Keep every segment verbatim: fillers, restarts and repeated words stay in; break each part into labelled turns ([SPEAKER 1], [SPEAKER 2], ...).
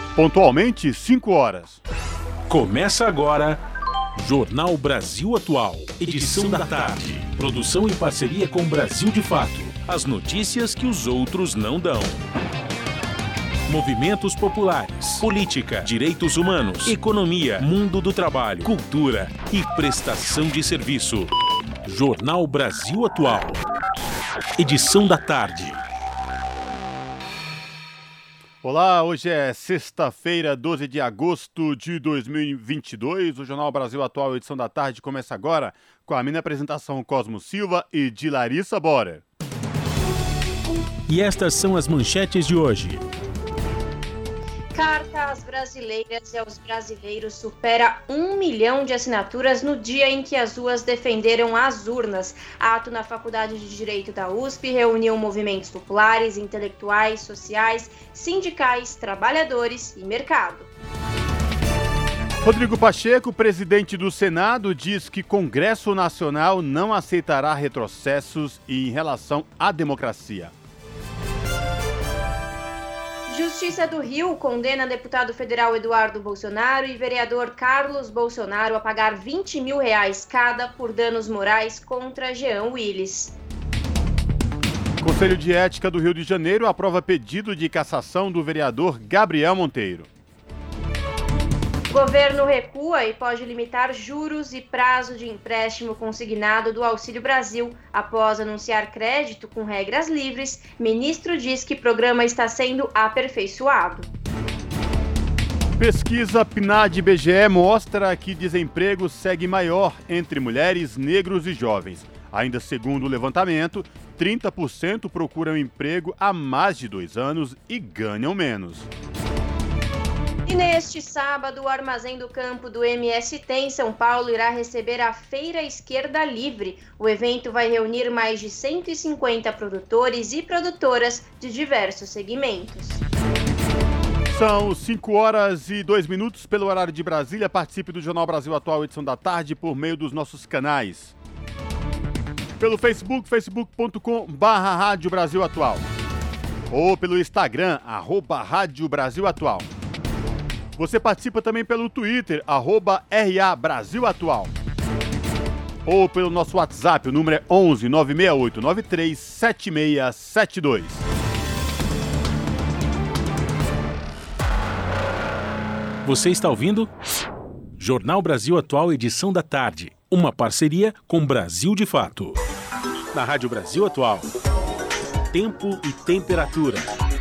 [SPEAKER 1] Pontualmente, cinco horas.
[SPEAKER 2] Começa agora, Jornal Brasil Atual, edição da tarde. Produção em parceria com Brasil de Fato. As notícias que os outros não dão. Movimentos populares, política, direitos humanos, economia, mundo do trabalho, cultura e prestação de serviço. Jornal Brasil Atual, edição da tarde.
[SPEAKER 1] Olá, hoje é sexta-feira, doze de agosto de dois mil e vinte e dois. O Jornal Brasil Atual, edição da tarde, começa agora com a minha apresentação Cosmo Silva e de Larissa Borer.
[SPEAKER 2] E estas são as manchetes de hoje.
[SPEAKER 3] Carta às brasileiras e aos brasileiros supera um milhão de assinaturas no dia em que as ruas defenderam as urnas. Ato na Faculdade de Direito da U S P reuniu movimentos populares, intelectuais, sociais, sindicais, trabalhadores e mercado.
[SPEAKER 1] Rodrigo Pacheco, presidente do Senado, diz que Congresso Nacional não aceitará retrocessos em relação à democracia.
[SPEAKER 3] Justiça do Rio condena deputado federal Eduardo Bolsonaro e vereador Carlos Bolsonaro a pagar vinte mil reais cada por danos morais contra Jean Willis.
[SPEAKER 1] Conselho de Ética do Rio de Janeiro aprova pedido de cassação do vereador Gabriel Monteiro.
[SPEAKER 3] Governo recua e pode limitar juros e prazo de empréstimo consignado do Auxílio Brasil. Após anunciar crédito com regras livres, ministro diz que o programa está sendo aperfeiçoado.
[SPEAKER 1] Pesquisa P N A D B G E mostra que desemprego segue maior entre mulheres, negros e jovens. Ainda segundo o levantamento, trinta por cento procuram emprego há mais de dois anos e ganham menos.
[SPEAKER 3] E neste sábado, o Armazém do Campo do M S T em São Paulo irá receber a Feira Esquerda Livre. O evento vai reunir mais de cento e cinquenta produtores e produtoras de diversos segmentos.
[SPEAKER 1] São cinco horas e dois minutos pelo horário de Brasília. Participe do Jornal Brasil Atual, edição da tarde, por meio dos nossos canais. Pelo Facebook, facebook ponto com barra Rádio Brasil Atual. Ou pelo Instagram, arroba Rádio Brasil Atual. Você participa também pelo Twitter, arroba R A Brasil Atual. Ou pelo nosso WhatsApp, o número é onze nove seis oito nove três sete seis sete dois.
[SPEAKER 2] Você está ouvindo? Jornal Brasil Atual, edição da tarde. Uma parceria com Brasil de Fato. Na Rádio Brasil Atual. Tempo e temperatura.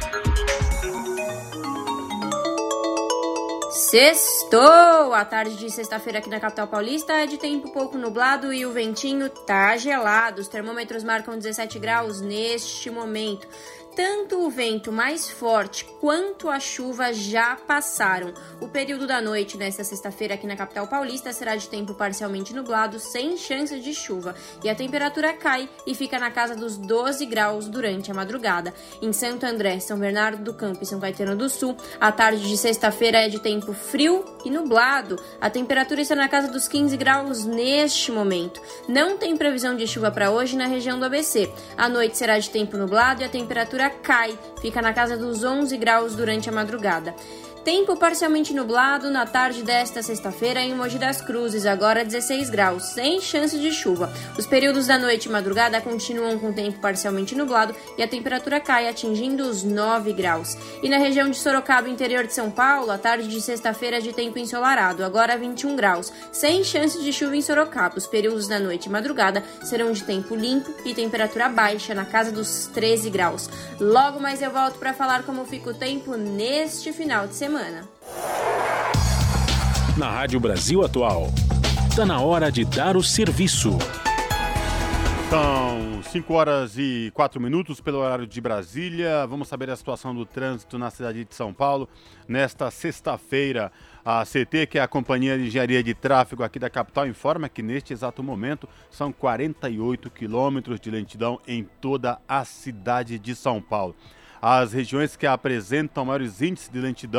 [SPEAKER 3] Sextou! A tarde de sexta-feira aqui na capital paulista é de tempo pouco nublado e o ventinho tá gelado. Os termômetros marcam dezessete graus neste momento. Tanto o vento mais forte quanto a chuva já passaram. O período da noite nesta sexta-feira aqui na capital paulista será de tempo parcialmente nublado, sem chance de chuva. E a temperatura cai e fica na casa dos doze graus durante a madrugada. Em Santo André, São Bernardo do Campo e São Caetano do Sul, a tarde de sexta-feira é de tempo frio e nublado. A temperatura está na casa dos quinze graus neste momento. Não tem previsão de chuva para hoje na região do A B C. A noite será de tempo nublado e a temperatura cai, fica na casa dos onze graus durante a madrugada. Tempo parcialmente nublado na tarde desta sexta-feira em Mogi das Cruzes, agora dezesseis graus, sem chance de chuva. Os períodos da noite e madrugada continuam com tempo parcialmente nublado e a temperatura cai, atingindo os nove graus. E na região de Sorocaba, interior de São Paulo, a tarde de sexta-feira é de tempo ensolarado, agora vinte e um graus, sem chance de chuva em Sorocaba. Os períodos da noite e madrugada serão de tempo limpo e temperatura baixa, na casa dos treze graus. Logo mais eu volto para falar como fica o tempo neste final de semana.
[SPEAKER 2] Na Rádio Brasil Atual, está na hora de dar o serviço.
[SPEAKER 1] São cinco horas e quatro minutos pelo horário de Brasília. Vamos saber a situação do trânsito na cidade de São Paulo. Nesta sexta-feira, a C T, que é a Companhia de Engenharia de Tráfego aqui da capital, informa que neste exato momento são quarenta e oito quilômetros de lentidão em toda a cidade de São Paulo. As regiões que apresentam maiores índices de lentidão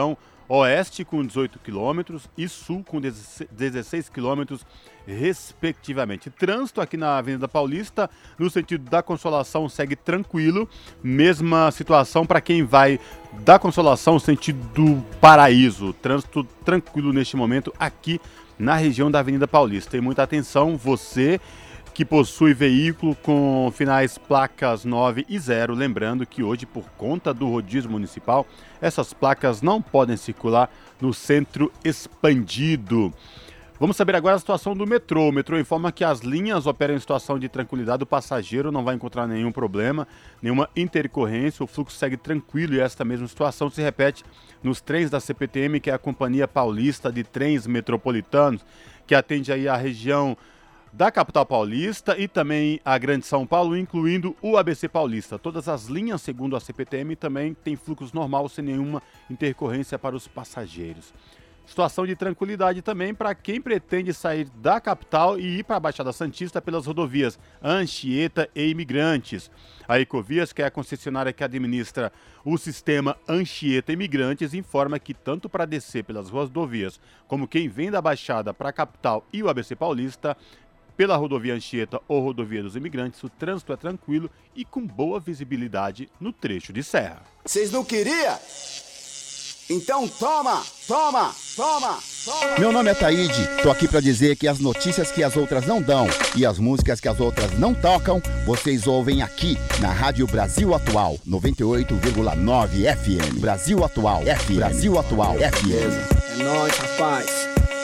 [SPEAKER 1] oeste com dezoito quilômetros e sul com dezesseis quilômetros, respectivamente. Trânsito aqui na Avenida Paulista, no sentido da Consolação, segue tranquilo. Mesma situação para quem vai da Consolação, sentido do Paraíso. Trânsito tranquilo neste momento aqui na região da Avenida Paulista. E muita atenção, você que possui veículo com finais placas nove e zero, lembrando que hoje, por conta do rodízio municipal, essas placas não podem circular no centro expandido. Vamos saber agora a situação do metrô. O metrô informa que as linhas operam em situação de tranquilidade, o passageiro não vai encontrar nenhum problema, nenhuma intercorrência, o fluxo segue tranquilo e esta mesma situação se repete nos trens da C P T M, que é a Companhia Paulista de Trens Metropolitanos, que atende aí a região da capital paulista e também a Grande São Paulo, incluindo o A B C Paulista. Todas as linhas, segundo a C P T M, também têm fluxo normal, sem nenhuma intercorrência para os passageiros. Situação de tranquilidade também para quem pretende sair da capital e ir para a Baixada Santista pelas rodovias Anchieta e Imigrantes. A Ecovias, que é a concessionária que administra o sistema Anchieta e Imigrantes, informa que tanto para descer pelas rodovias como quem vem da Baixada para a capital e o A B C Paulista, pela rodovia Anchieta ou rodovia dos Imigrantes, o trânsito é tranquilo e com boa visibilidade no trecho de serra.
[SPEAKER 4] Vocês não queriam? Então toma, toma, toma, toma!
[SPEAKER 5] Meu nome é Taíde, tô aqui pra dizer que as notícias que as outras não dão e as músicas que as outras não tocam, vocês ouvem aqui na Rádio Brasil Atual, noventa e oito vírgula nove F M. Brasil Atual, F M. Brasil Atual, F M.
[SPEAKER 4] É nóis, rapaz!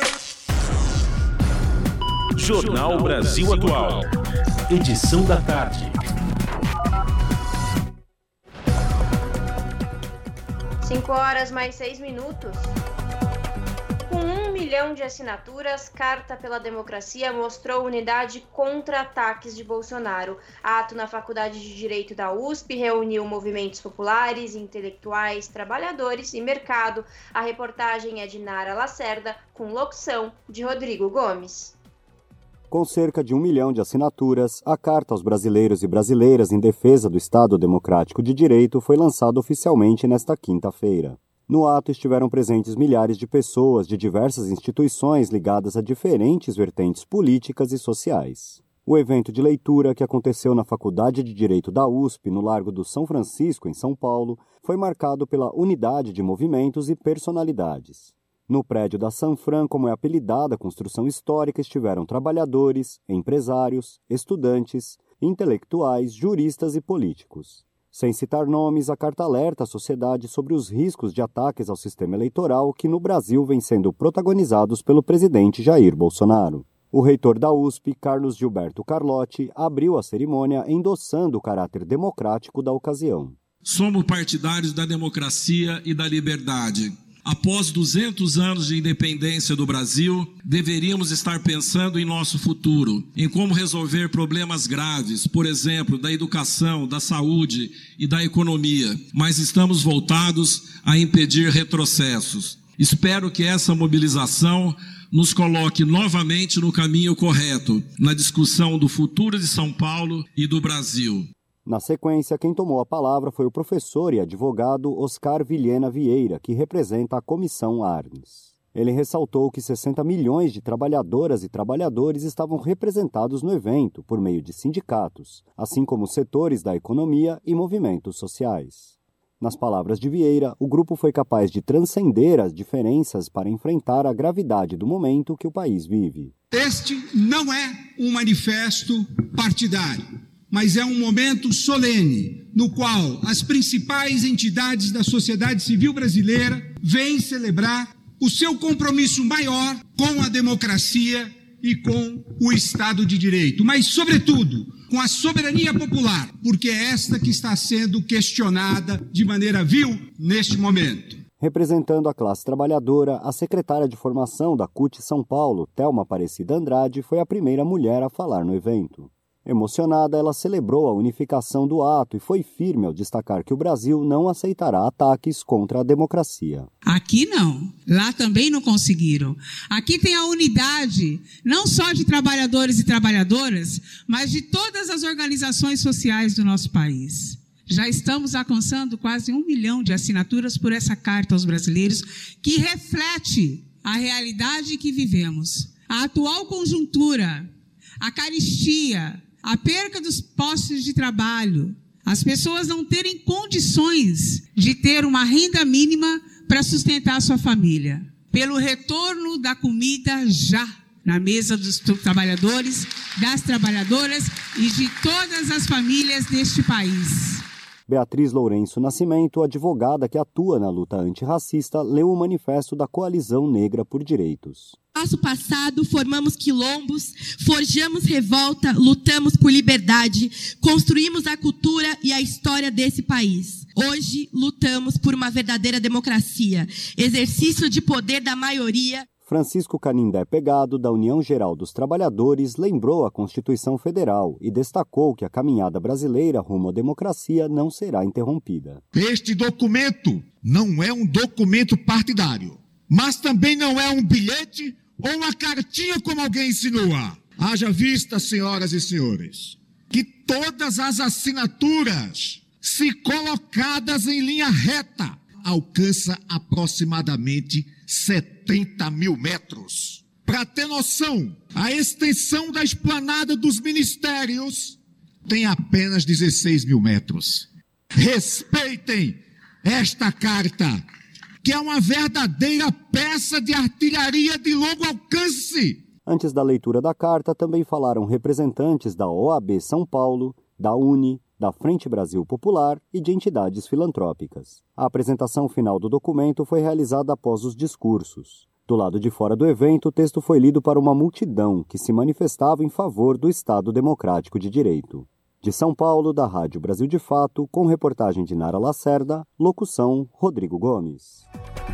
[SPEAKER 2] Jornal Brasil Atual, edição da tarde.
[SPEAKER 3] cinco horas mais seis minutos. Com um milhão de assinaturas, Carta pela Democracia mostrou unidade contra ataques de Bolsonaro. Ato na Faculdade de Direito da U S P reuniu movimentos populares, intelectuais, trabalhadores e mercado. A reportagem é de Nara Lacerda, com locução de Rodrigo Gomes.
[SPEAKER 6] Com cerca de um milhão de assinaturas, a Carta aos Brasileiros e Brasileiras em Defesa do Estado Democrático de Direito foi lançada oficialmente nesta quinta-feira. No ato estiveram presentes milhares de pessoas de diversas instituições ligadas a diferentes vertentes políticas e sociais. O evento de leitura, que aconteceu na Faculdade de Direito da U S P, no Largo do São Francisco, em São Paulo, foi marcado pela unidade de movimentos e personalidades. No prédio da Sanfran, como é apelidada a construção histórica, estiveram trabalhadores, empresários, estudantes, intelectuais, juristas e políticos. Sem citar nomes, a carta alerta a sociedade sobre os riscos de ataques ao sistema eleitoral que no Brasil vêm sendo protagonizados pelo presidente Jair Bolsonaro. O reitor da U S P, Carlos Gilberto Carlotti, abriu a cerimônia endossando o caráter democrático da ocasião.
[SPEAKER 7] Somos partidários da democracia e da liberdade. Após duzentos anos de independência do Brasil, deveríamos estar pensando em nosso futuro, em como resolver problemas graves, por exemplo, da educação, da saúde e da economia, mas estamos voltados a impedir retrocessos. Espero que essa mobilização nos coloque novamente no caminho correto, na discussão do futuro de São Paulo e do Brasil.
[SPEAKER 6] Na sequência, quem tomou a palavra foi o professor e advogado Oscar Vilhena Vieira, que representa a Comissão Arnes. Ele ressaltou que sessenta milhões de trabalhadoras e trabalhadores estavam representados no evento por meio de sindicatos, assim como setores da economia e movimentos sociais. Nas palavras de Vieira, o grupo foi capaz de transcender as diferenças para enfrentar a gravidade do momento que o país vive.
[SPEAKER 8] Este não é um manifesto partidário, mas é um momento solene, no qual as principais entidades da sociedade civil brasileira vêm celebrar o seu compromisso maior com a democracia e com o Estado de Direito, mas, sobretudo, com a soberania popular, porque é esta que está sendo questionada de maneira vil neste momento.
[SPEAKER 6] Representando a classe trabalhadora, a secretária de formação da C U T São Paulo, Thelma Aparecida Andrade, foi a primeira mulher a falar no evento. Emocionada, ela celebrou a unificação do ato e foi firme ao destacar que o Brasil não aceitará ataques contra a democracia.
[SPEAKER 9] Aqui não, lá também não conseguiram. Aqui tem a unidade, não só de trabalhadores e trabalhadoras, mas de todas as organizações sociais do nosso país. Já estamos alcançando quase um milhão de assinaturas por essa carta aos brasileiros, que reflete a realidade que vivemos. A atual conjuntura, a carestia, a perca dos postos de trabalho, as pessoas não terem condições de ter uma renda mínima para sustentar a sua família. Pelo retorno da comida já na mesa dos trabalhadores, das trabalhadoras e de todas as famílias deste país.
[SPEAKER 6] Beatriz Lourenço Nascimento, advogada que atua na luta antirracista, leu o manifesto da Coalizão Negra por Direitos.
[SPEAKER 10] Nosso passado, formamos quilombos, forjamos revolta, lutamos por liberdade, construímos a cultura e a história desse país. Hoje, lutamos por uma verdadeira democracia, exercício de poder da maioria.
[SPEAKER 6] Francisco Canindé Pegado, da União Geral dos Trabalhadores, lembrou a Constituição Federal e destacou que a caminhada brasileira rumo à democracia não será interrompida.
[SPEAKER 11] Este documento não é um documento partidário, mas também não é um bilhete ou uma cartinha como alguém insinua. Haja vista, senhoras e senhores, que todas as assinaturas, se colocadas em linha reta, alcança aproximadamente setenta mil metros. Para ter noção, a extensão da esplanada dos ministérios tem apenas dezesseis mil metros. Respeitem esta carta, que é uma verdadeira peça de artilharia de longo alcance.
[SPEAKER 6] Antes da leitura da carta, também falaram representantes da O A B São Paulo, da UNE, da Frente Brasil Popular e de entidades filantrópicas. A apresentação final do documento foi realizada após os discursos. Do lado de fora do evento, o texto foi lido para uma multidão que se manifestava em favor do Estado Democrático de Direito. De São Paulo, da Rádio Brasil de Fato, com reportagem de Nara Lacerda, locução Rodrigo Gomes.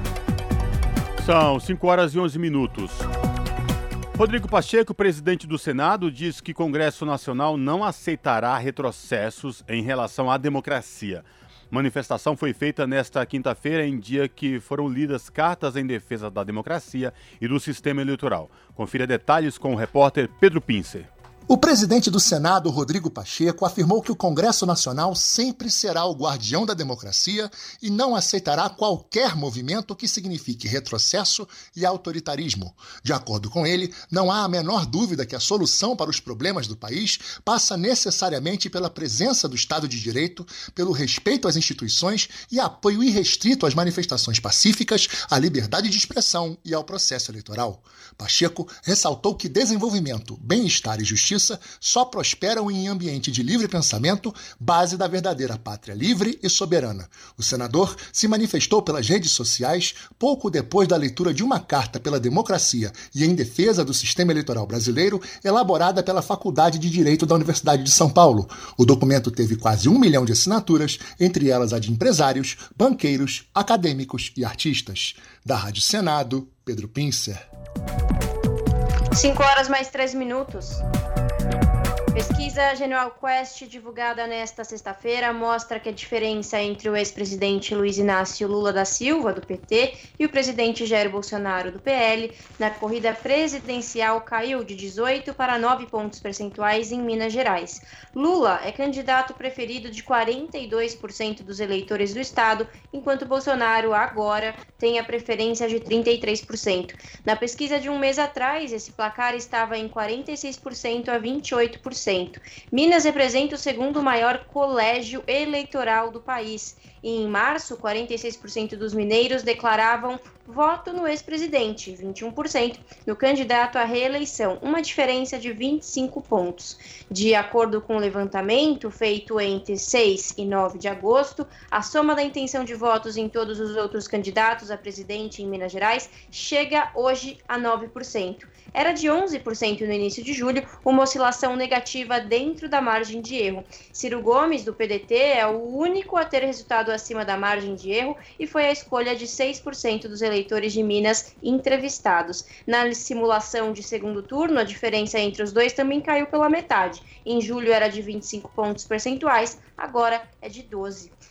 [SPEAKER 1] São cinco horas e onze minutos. Rodrigo Pacheco, presidente do Senado, diz que o Congresso Nacional não aceitará retrocessos em relação à democracia. Manifestação foi feita nesta quinta-feira, em dia que foram lidas cartas em defesa da democracia e do sistema eleitoral. Confira detalhes com o repórter Pedro Pincer.
[SPEAKER 12] O presidente do Senado, Rodrigo Pacheco, afirmou que o Congresso Nacional sempre será o guardião da democracia e não aceitará qualquer movimento que signifique retrocesso e autoritarismo. De acordo com ele, não há a menor dúvida que a solução para os problemas do país passa necessariamente pela presença do Estado de Direito, pelo respeito às instituições e apoio irrestrito às manifestações pacíficas, à liberdade de expressão e ao processo eleitoral. Pacheco ressaltou que desenvolvimento, bem-estar e justiça só prosperam em ambiente de livre pensamento, base da verdadeira pátria livre e soberana. O senador se manifestou pelas redes sociais pouco depois da leitura de uma carta pela democracia e em defesa do sistema eleitoral brasileiro, elaborada pela Faculdade de Direito da Universidade de São Paulo. O documento teve quase um milhão de assinaturas, entre elas a de empresários, banqueiros, acadêmicos e artistas. Da Rádio Senado, Pedro Pincer.
[SPEAKER 3] cinco horas mais três minutos. Pesquisa Genial Quest, divulgada nesta sexta-feira, mostra que a diferença entre o ex-presidente Luiz Inácio Lula da Silva, do P T, e o presidente Jair Bolsonaro, do P L, na corrida presidencial caiu de dezoito para nove pontos percentuais em Minas Gerais. Lula é candidato preferido de quarenta e dois por cento dos eleitores do estado, enquanto Bolsonaro agora tem a preferência de trinta e três por cento. Na pesquisa de um mês atrás, esse placar estava em quarenta e seis por cento a vinte e oito por cento. Minas representa o segundo maior colégio eleitoral do país. E em março, quarenta e seis por cento dos mineiros declaravam voto no ex-presidente, vinte e um por cento no candidato à reeleição, uma diferença de vinte e cinco pontos. De acordo com o levantamento feito entre seis e nove de agosto, a soma da intenção de votos em todos os outros candidatos a presidente em Minas Gerais chega hoje a nove por cento. Era de onze por cento no início de julho, uma oscilação negativa dentro da margem de erro. Ciro Gomes, do P D T, é o único a ter resultado acima da margem de erro e foi a escolha de seis por cento dos eleitores de Minas entrevistados. Na simulação de segundo turno, a diferença entre os dois também caiu pela metade. Em julho era de vinte e cinco pontos percentuais, agora é de doze.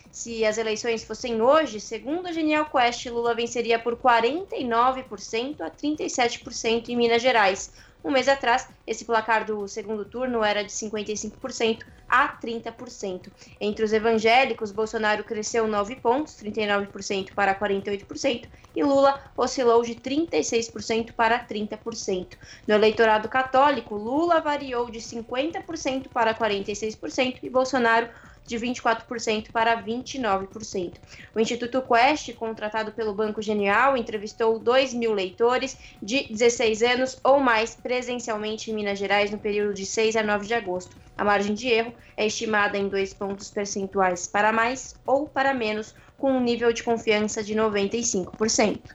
[SPEAKER 3] Se as eleições fossem hoje, segundo a Genial Quest, Lula venceria por quarenta e nove por cento a trinta e sete por cento em Minas Gerais. Um mês atrás, esse placar do segundo turno era de cinquenta e cinco por cento a trinta por cento. Entre os evangélicos, Bolsonaro cresceu nove pontos, trinta e nove por cento para quarenta e oito por cento, e Lula oscilou de trinta e seis por cento para trinta por cento. No eleitorado católico, Lula variou de cinquenta por cento para quarenta e seis por cento e Bolsonaro de vinte e quatro por cento para vinte e nove por cento. O Instituto Quest, contratado pelo Banco Genial, entrevistou dois mil leitores de dezesseis anos ou mais presencialmente em Minas Gerais no período de seis a nove de agosto. A margem de erro é estimada em dois pontos percentuais para mais ou para menos, com um nível de confiança de noventa e cinco por cento.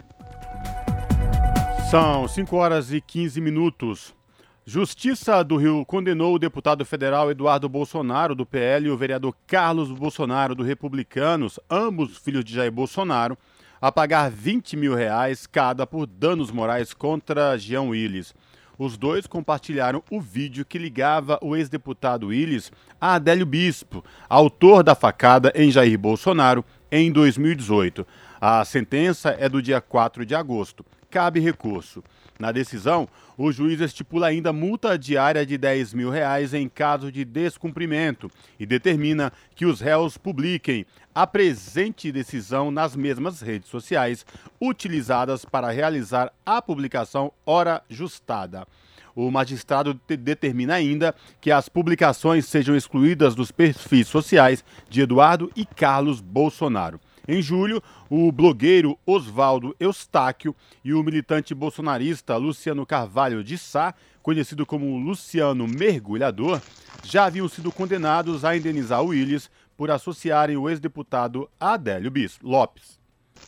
[SPEAKER 1] São cinco horas e quinze minutos. Justiça do Rio condenou o deputado federal Eduardo Bolsonaro, do P L, e o vereador Carlos Bolsonaro, do Republicanos, ambos filhos de Jair Bolsonaro, a pagar vinte mil reais cada por danos morais contra Jean Willis. Os dois compartilharam o vídeo que ligava o ex-deputado Willis a Adélio Bispo, autor da facada em Jair Bolsonaro, em dois mil e dezoito. A sentença é do dia quatro de agosto. Cabe recurso. Na decisão, o juiz estipula ainda multa diária de dez mil reais em caso de descumprimento e determina que os réus publiquem a presente decisão nas mesmas redes sociais utilizadas para realizar a publicação hora justada. O magistrado te- determina ainda que as publicações sejam excluídas dos perfis sociais de Eduardo e Carlos Bolsonaro. Em julho, o blogueiro Oswaldo Eustáquio e o militante bolsonarista Luciano Carvalho de Sá, conhecido como Luciano Mergulhador, já haviam sido condenados a indenizar o Willis por associarem o ex-deputado Adélio Bispo Lopes.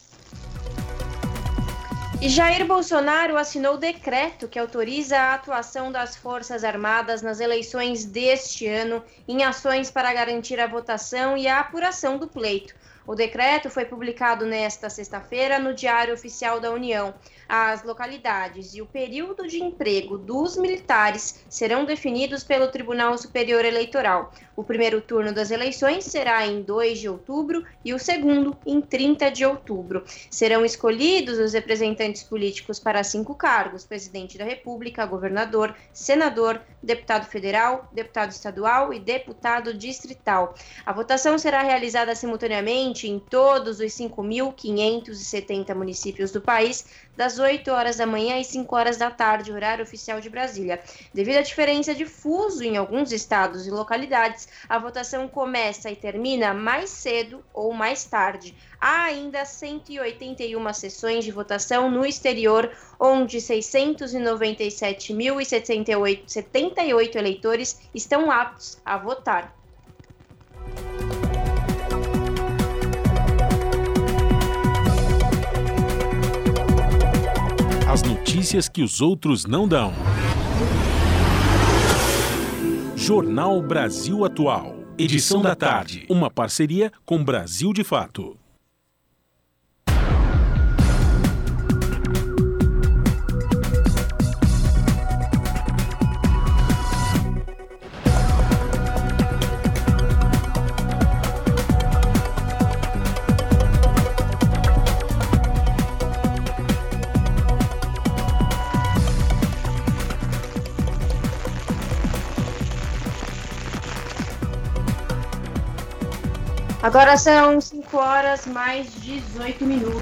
[SPEAKER 3] E Jair Bolsonaro assinou decreto que autoriza a atuação das Forças Armadas nas eleições deste ano em ações para garantir a votação e a apuração do pleito. O decreto foi publicado nesta sexta-feira no Diário Oficial da União. As localidades e o período de emprego dos militares serão definidos pelo Tribunal Superior Eleitoral. O primeiro turno das eleições será em dois de outubro e o segundo em trinta de outubro. Serão escolhidos os representantes políticos para cinco cargos: presidente da República, governador, senador, deputado federal, deputado estadual e deputado distrital. A votação será realizada simultaneamente em todos os cinco mil quinhentos e setenta municípios do país, das oito horas da manhã às cinco horas da tarde, horário oficial de Brasília. Devido à diferença de fuso em alguns estados e localidades, a votação começa e termina mais cedo ou mais tarde. Há ainda cento e oitenta e uma sessões de votação no exterior, onde seiscentos e noventa e sete mil e setenta e oito eleitores estão aptos a votar.
[SPEAKER 2] As notícias que os outros não dão. Jornal Brasil Atual. Edição da tarde. Uma parceria com Brasil de Fato.
[SPEAKER 3] Agora são cinco horas mais dezoito minutos.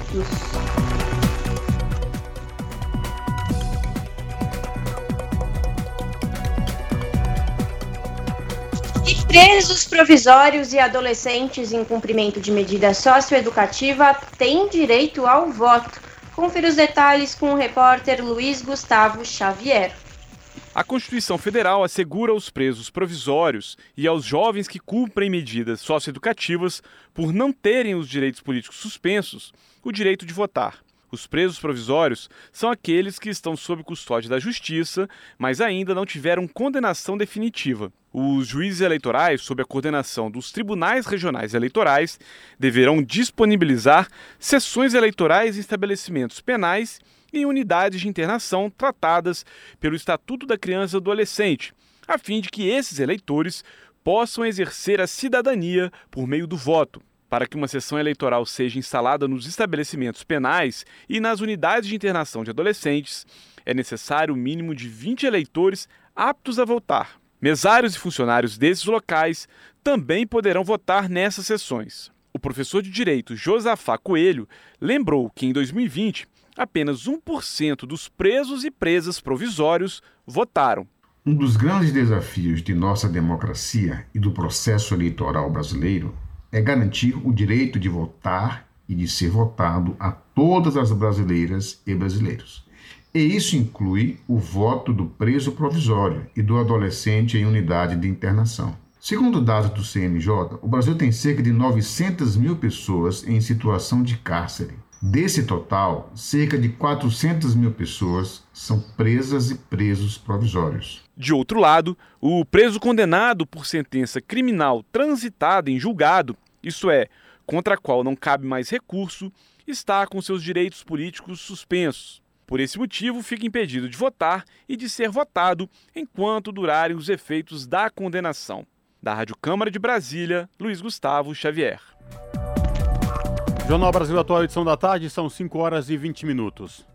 [SPEAKER 3] E presos provisórios e adolescentes em cumprimento de medida socioeducativa têm direito ao voto. Confira os detalhes com o repórter Luiz Gustavo Xavier.
[SPEAKER 13] A Constituição Federal assegura aos presos provisórios e aos jovens que cumprem medidas socioeducativas por não terem os direitos políticos suspensos o direito de votar. Os presos provisórios são aqueles que estão sob custódia da Justiça, mas ainda não tiveram condenação definitiva. Os juízes eleitorais, sob a coordenação dos tribunais regionais eleitorais, deverão disponibilizar sessões eleitorais em estabelecimentos penais e em unidades de internação tratadas pelo Estatuto da Criança e do Adolescente, a fim de que esses eleitores possam exercer a cidadania por meio do voto. Para que uma sessão eleitoral seja instalada nos estabelecimentos penais e nas unidades de internação de adolescentes, é necessário o mínimo de vinte eleitores aptos a votar. Mesários e funcionários desses locais também poderão votar nessas sessões. O professor de Direito Josafá Coelho lembrou que em dois mil e vinte, apenas um por cento dos presos e presas provisórios votaram.
[SPEAKER 14] Um dos grandes desafios de nossa democracia e do processo eleitoral brasileiro é garantir o direito de votar e de ser votado a todas as brasileiras e brasileiros. E isso inclui o voto do preso provisório e do adolescente em unidade de internação. Segundo dados do C N J, o Brasil tem cerca de novecentas mil pessoas em situação de cárcere. Desse total, cerca de quatrocentas mil pessoas são presas e presos provisórios.
[SPEAKER 13] De outro lado, o preso condenado por sentença criminal transitada em julgado, isto é, contra a qual não cabe mais recurso, está com seus direitos políticos suspensos. Por esse motivo, fica impedido de votar e de ser votado enquanto durarem os efeitos da condenação. Da Rádio Câmara de Brasília, Luiz Gustavo Xavier.
[SPEAKER 1] Jornal Brasil Atual, edição da tarde, são cinco horas e vinte minutos.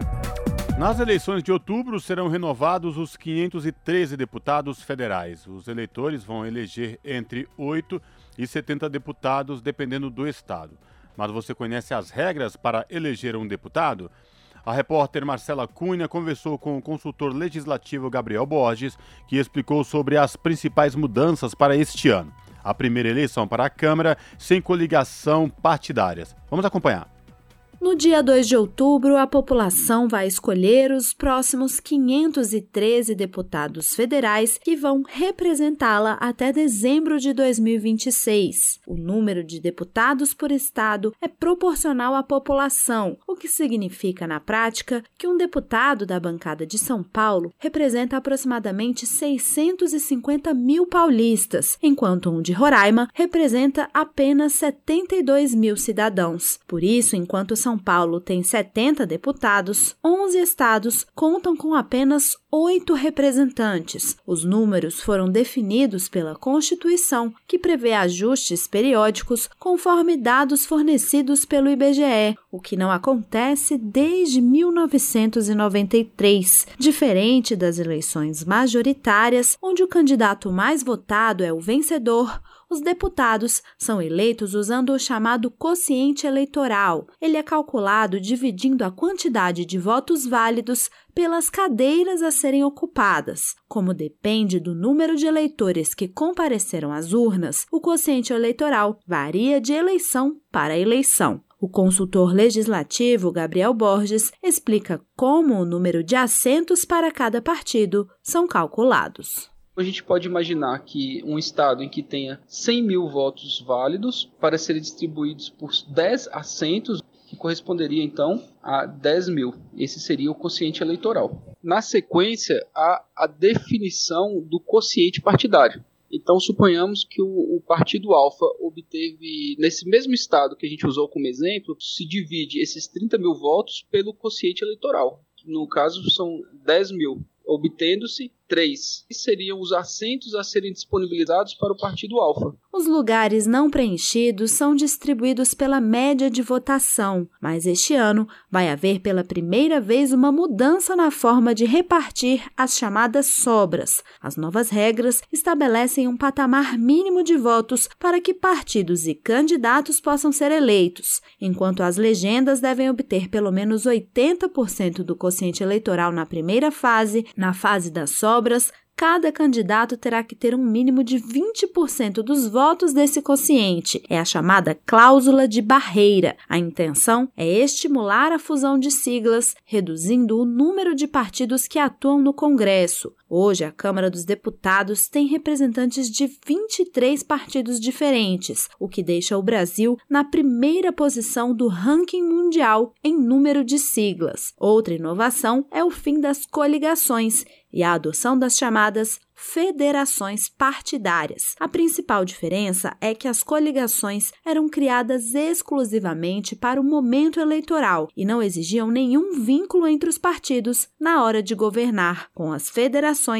[SPEAKER 1] Nas eleições de outubro serão renovados os quinhentos e treze deputados federais. Os eleitores vão eleger entre oito e setenta deputados, dependendo do estado. Mas você conhece as regras para eleger um deputado? A repórter Marcela Cunha conversou com o consultor legislativo Gabriel Borges, que explicou sobre as principais mudanças para este ano. A primeira eleição para a Câmara sem coligação partidárias. Vamos acompanhar.
[SPEAKER 15] No dia dois de outubro, a população vai escolher os próximos quinhentos e treze deputados federais que vão representá-la até dezembro de dois mil e vinte e seis. O número de deputados por estado é proporcional à população, o que significa, na prática, que um deputado da bancada de São Paulo representa aproximadamente seiscentos e cinquenta mil paulistas, enquanto um de Roraima representa apenas setenta e dois mil cidadãos. Por isso, enquanto São São Paulo tem setenta deputados, onze estados contam com apenas oito representantes. Os números foram definidos pela Constituição, que prevê ajustes periódicos conforme dados fornecidos pelo I B G E, o que não acontece desde mil novecentos e noventa e três, diferente das eleições majoritárias, onde o candidato mais votado é o vencedor. Os deputados são eleitos usando o chamado quociente eleitoral. Ele é calculado dividindo a quantidade de votos válidos pelas cadeiras a serem ocupadas. Como depende do número de eleitores que compareceram às urnas, o quociente eleitoral varia de eleição para eleição. O consultor legislativo Gabriel Borges explica como o número de assentos para cada partido são calculados.
[SPEAKER 16] A gente pode imaginar que um estado em que tenha cem mil votos válidos para serem distribuídos por dez assentos, que corresponderia então a dez mil. Esse seria o quociente eleitoral. Na sequência, há a definição do quociente partidário. Então, suponhamos que o, o Partido Alfa obteve, nesse mesmo estado que a gente usou como exemplo, se divide esses trinta mil votos pelo quociente eleitoral. No caso, são dez mil. Obtendo-se três, que seriam os assentos a serem disponibilizados para o Partido Alfa.
[SPEAKER 15] Os lugares não preenchidos são distribuídos pela média de votação, mas este ano vai haver pela primeira vez uma mudança na forma de repartir as chamadas sobras. As novas regras estabelecem um patamar mínimo de votos para que partidos e candidatos possam ser eleitos, enquanto as legendas devem obter pelo menos oitenta por cento do quociente eleitoral na primeira fase. Na fase das sobras, cada candidato terá que ter um mínimo de vinte por cento dos votos desse quociente. É a chamada cláusula de barreira. A intenção é estimular a fusão de siglas, reduzindo o número de partidos que atuam no Congresso. Hoje, a Câmara dos Deputados tem representantes de vinte e três partidos diferentes, o que deixa o Brasil na primeira posição do ranking mundial em número de siglas. Outra inovação é o fim das coligações e a adoção das chamadas federações partidárias. A principal diferença é que as coligações eram criadas exclusivamente para o momento eleitoral e não exigiam nenhum vínculo entre os partidos na hora de governar. Com as federações,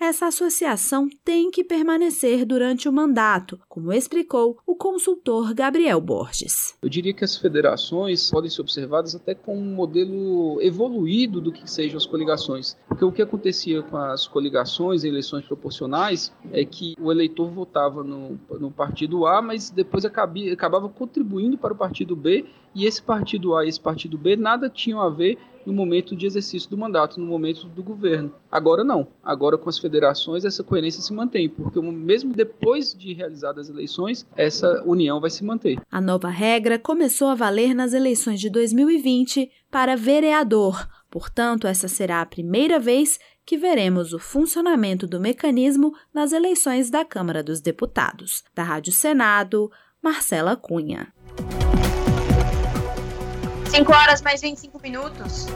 [SPEAKER 15] essa associação tem que permanecer durante o mandato, como explicou o consultor Gabriel Borges.
[SPEAKER 16] Eu diria que as federações podem ser observadas até com um modelo evoluído do que sejam as coligações. Porque o que acontecia com as coligações em eleições proporcionais é que o eleitor votava no, no partido A, mas depois acabia, acabava contribuindo para o partido B, e esse partido A e esse partido B nada tinham a ver no momento de exercício do mandato, no momento do governo. Agora não. Agora com as federações essa coerência se mantém, porque mesmo depois de realizadas as eleições, essa união vai se manter.
[SPEAKER 15] A nova regra começou a valer nas eleições de dois mil e vinte para vereador. Portanto, essa será a primeira vez que veremos o funcionamento do mecanismo nas eleições da Câmara dos Deputados. Da Rádio Senado, Marcela Cunha.
[SPEAKER 3] cinco horas mais vinte e cinco minutos.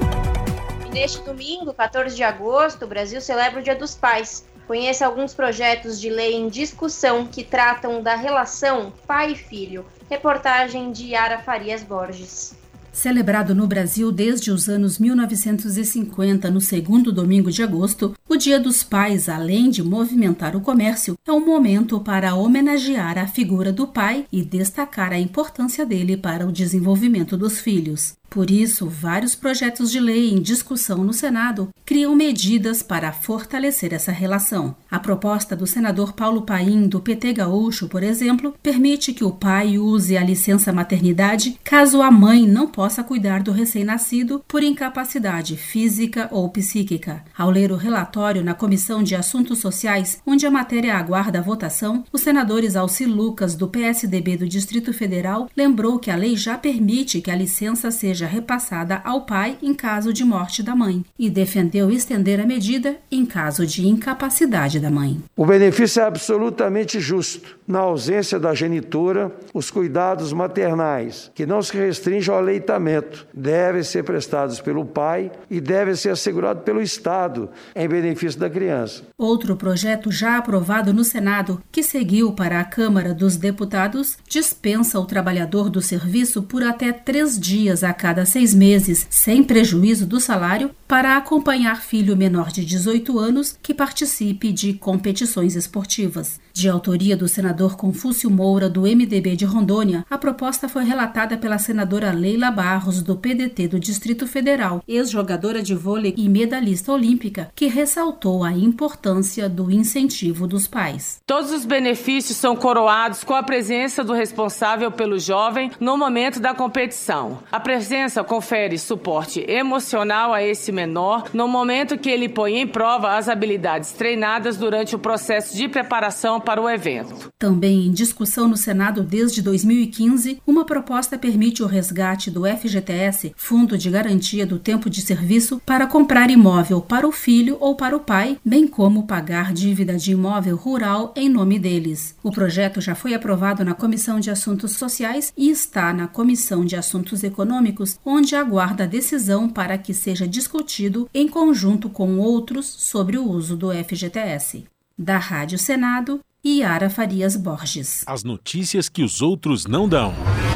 [SPEAKER 3] E neste domingo, quatorze de agosto, o Brasil celebra o Dia dos Pais. Conheça alguns projetos de lei em discussão que tratam da relação pai e filho. Reportagem de Yara Farias Borges.
[SPEAKER 17] Celebrado no Brasil desde os anos mil novecentos e cinquenta, no segundo domingo de agosto, o Dia dos Pais, além de movimentar o comércio, é um momento para homenagear a figura do pai e destacar a importância dele para o desenvolvimento dos filhos. Por isso, vários projetos de lei em discussão no Senado criam medidas para fortalecer essa relação. A proposta do senador Paulo Paim, do P T Gaúcho, por exemplo, permite que o pai use a licença maternidade caso a mãe não possa cuidar do recém-nascido por incapacidade física ou psíquica. Ao ler o relatório na Comissão de Assuntos Sociais, onde a matéria aguarda a votação, o senador Alci Lucas, do P S D B do Distrito Federal, lembrou que a lei já permite que a licença seja repassada ao pai em caso de morte da mãe e defendeu estender a medida em caso de incapacidade da mãe.
[SPEAKER 18] O benefício é absolutamente justo. Na ausência da genitora, os cuidados maternais, que não se restringem ao aleitamento, devem ser prestados pelo pai e devem ser assegurados pelo Estado em benefício da criança.
[SPEAKER 17] Outro projeto já aprovado no Senado, que seguiu para a Câmara dos Deputados, dispensa o trabalhador do serviço por até três dias a cada seis meses, sem prejuízo do salário, para acompanhar filho menor de dezoito anos que participe de competições esportivas. De autoria do senador Confúcio Moura, do M D B de Rondônia, a proposta foi relatada pela senadora Leila Barros, do P D T do Distrito Federal, ex-jogadora de vôlei e medalhista olímpica, que ressaltou a importância do incentivo dos pais.
[SPEAKER 19] Todos os benefícios são coroados com a presença do responsável pelo jovem no momento da competição. A presença confere suporte emocional a esse menor no momento que ele põe em prova as habilidades treinadas durante o processo de preparação para o evento.
[SPEAKER 17] Também em discussão no Senado desde dois mil e quinze, uma proposta permite o resgate do F G T S, Fundo de Garantia do Tempo de Serviço, para comprar imóvel para o filho ou para o pai, bem como pagar dívida de imóvel rural em nome deles. O projeto já foi aprovado na Comissão de Assuntos Sociais e está na Comissão de Assuntos Econômicos, onde aguarda a decisão para que seja discutido em conjunto com outros sobre o uso do F G T S. Da Rádio Senado, Yara Farias Borges.
[SPEAKER 2] As notícias que os outros não dão.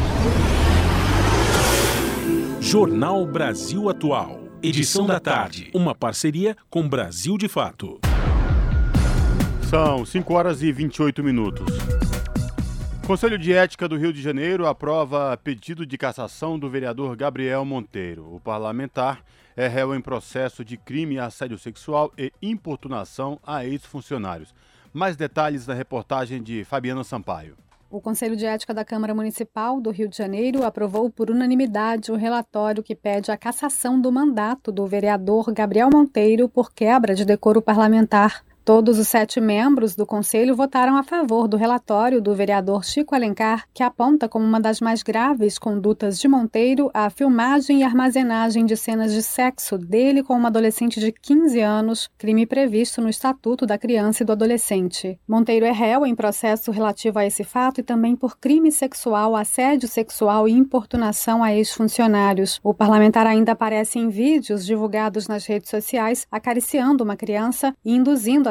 [SPEAKER 2] Jornal Brasil Atual. Edição da tarde. Uma parceria com Brasil de Fato.
[SPEAKER 1] São cinco horas e vinte e oito minutos. Conselho de Ética do Rio de Janeiro aprova pedido de cassação do vereador Gabriel Monteiro. O parlamentar é réu em processo de crime, assédio sexual e importunação a ex-funcionários. Mais detalhes na reportagem de Fabiana Sampaio.
[SPEAKER 20] O Conselho de Ética da Câmara Municipal do Rio de Janeiro aprovou por unanimidade o relatório que pede a cassação do mandato do vereador Gabriel Monteiro por quebra de decoro parlamentar. Todos os sete membros do Conselho votaram a favor do relatório do vereador Chico Alencar, que aponta como uma das mais graves condutas de Monteiro a filmagem e armazenagem de cenas de sexo dele com uma adolescente de quinze anos, crime previsto no Estatuto da Criança e do Adolescente. Monteiro é réu em processo relativo a esse fato e também por crime sexual, assédio sexual e importunação a ex-funcionários. O parlamentar ainda aparece em vídeos divulgados nas redes sociais acariciando uma criança e induzindo a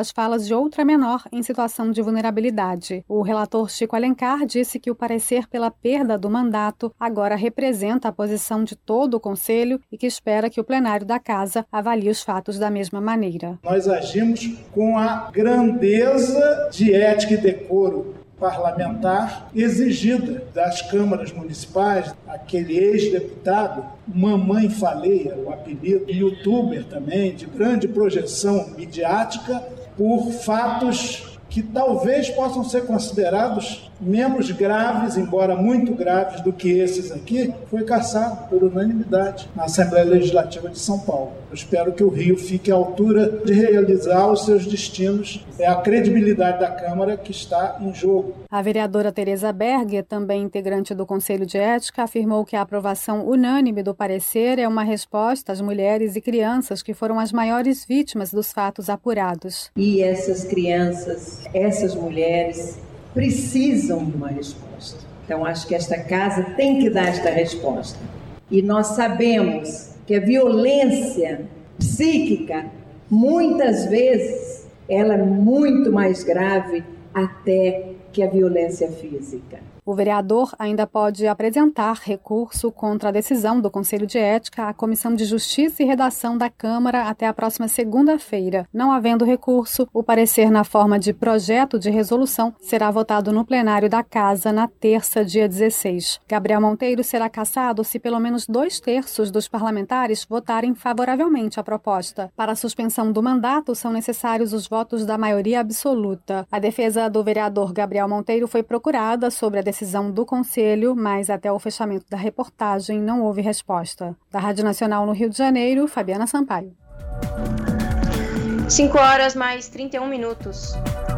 [SPEAKER 20] das falas de outra menor em situação de vulnerabilidade. O relator Chico Alencar disse que o parecer pela perda do mandato agora representa a posição de todo o Conselho e que espera que o plenário da Casa avalie os fatos da mesma maneira.
[SPEAKER 21] Nós agimos com a grandeza de ética e decoro parlamentar exigida das câmaras municipais. Aquele ex-deputado, Mamãe Faleia, o apelido, youtuber também, de grande projeção midiática, por fatos que talvez possam ser considerados menos graves, embora muito graves do que esses aqui, foi cassado por unanimidade na Assembleia Legislativa de São Paulo. Eu espero que o Rio fique à altura de realizar os seus destinos. É a credibilidade da Câmara que está em jogo.
[SPEAKER 20] A vereadora Tereza Berger, também integrante do Conselho de Ética, afirmou que a aprovação unânime do parecer é uma resposta às mulheres e crianças que foram as maiores vítimas dos fatos apurados.
[SPEAKER 22] E essas crianças, essas mulheres, precisam de uma resposta. Então, acho que esta casa tem que dar esta resposta. E nós sabemos que a violência psíquica, muitas vezes, ela é muito mais grave até que a violência física.
[SPEAKER 20] O vereador ainda pode apresentar recurso contra a decisão do Conselho de Ética à Comissão de Justiça e Redação da Câmara até a próxima segunda-feira. Não havendo recurso, o parecer na forma de projeto de resolução será votado no plenário da Casa na terça, dia dezesseis. Gabriel Monteiro será cassado se pelo menos dois terços dos parlamentares votarem favoravelmente a proposta. Para a suspensão do mandato, são necessários os votos da maioria absoluta. A defesa do vereador Gabriel Monteiro foi procurada sobre a decisão decisão do Conselho, mas até o fechamento da reportagem não houve resposta. Da Rádio Nacional no Rio de Janeiro, Fabiana Sampaio.
[SPEAKER 3] cinco horas mais trinta e um minutos.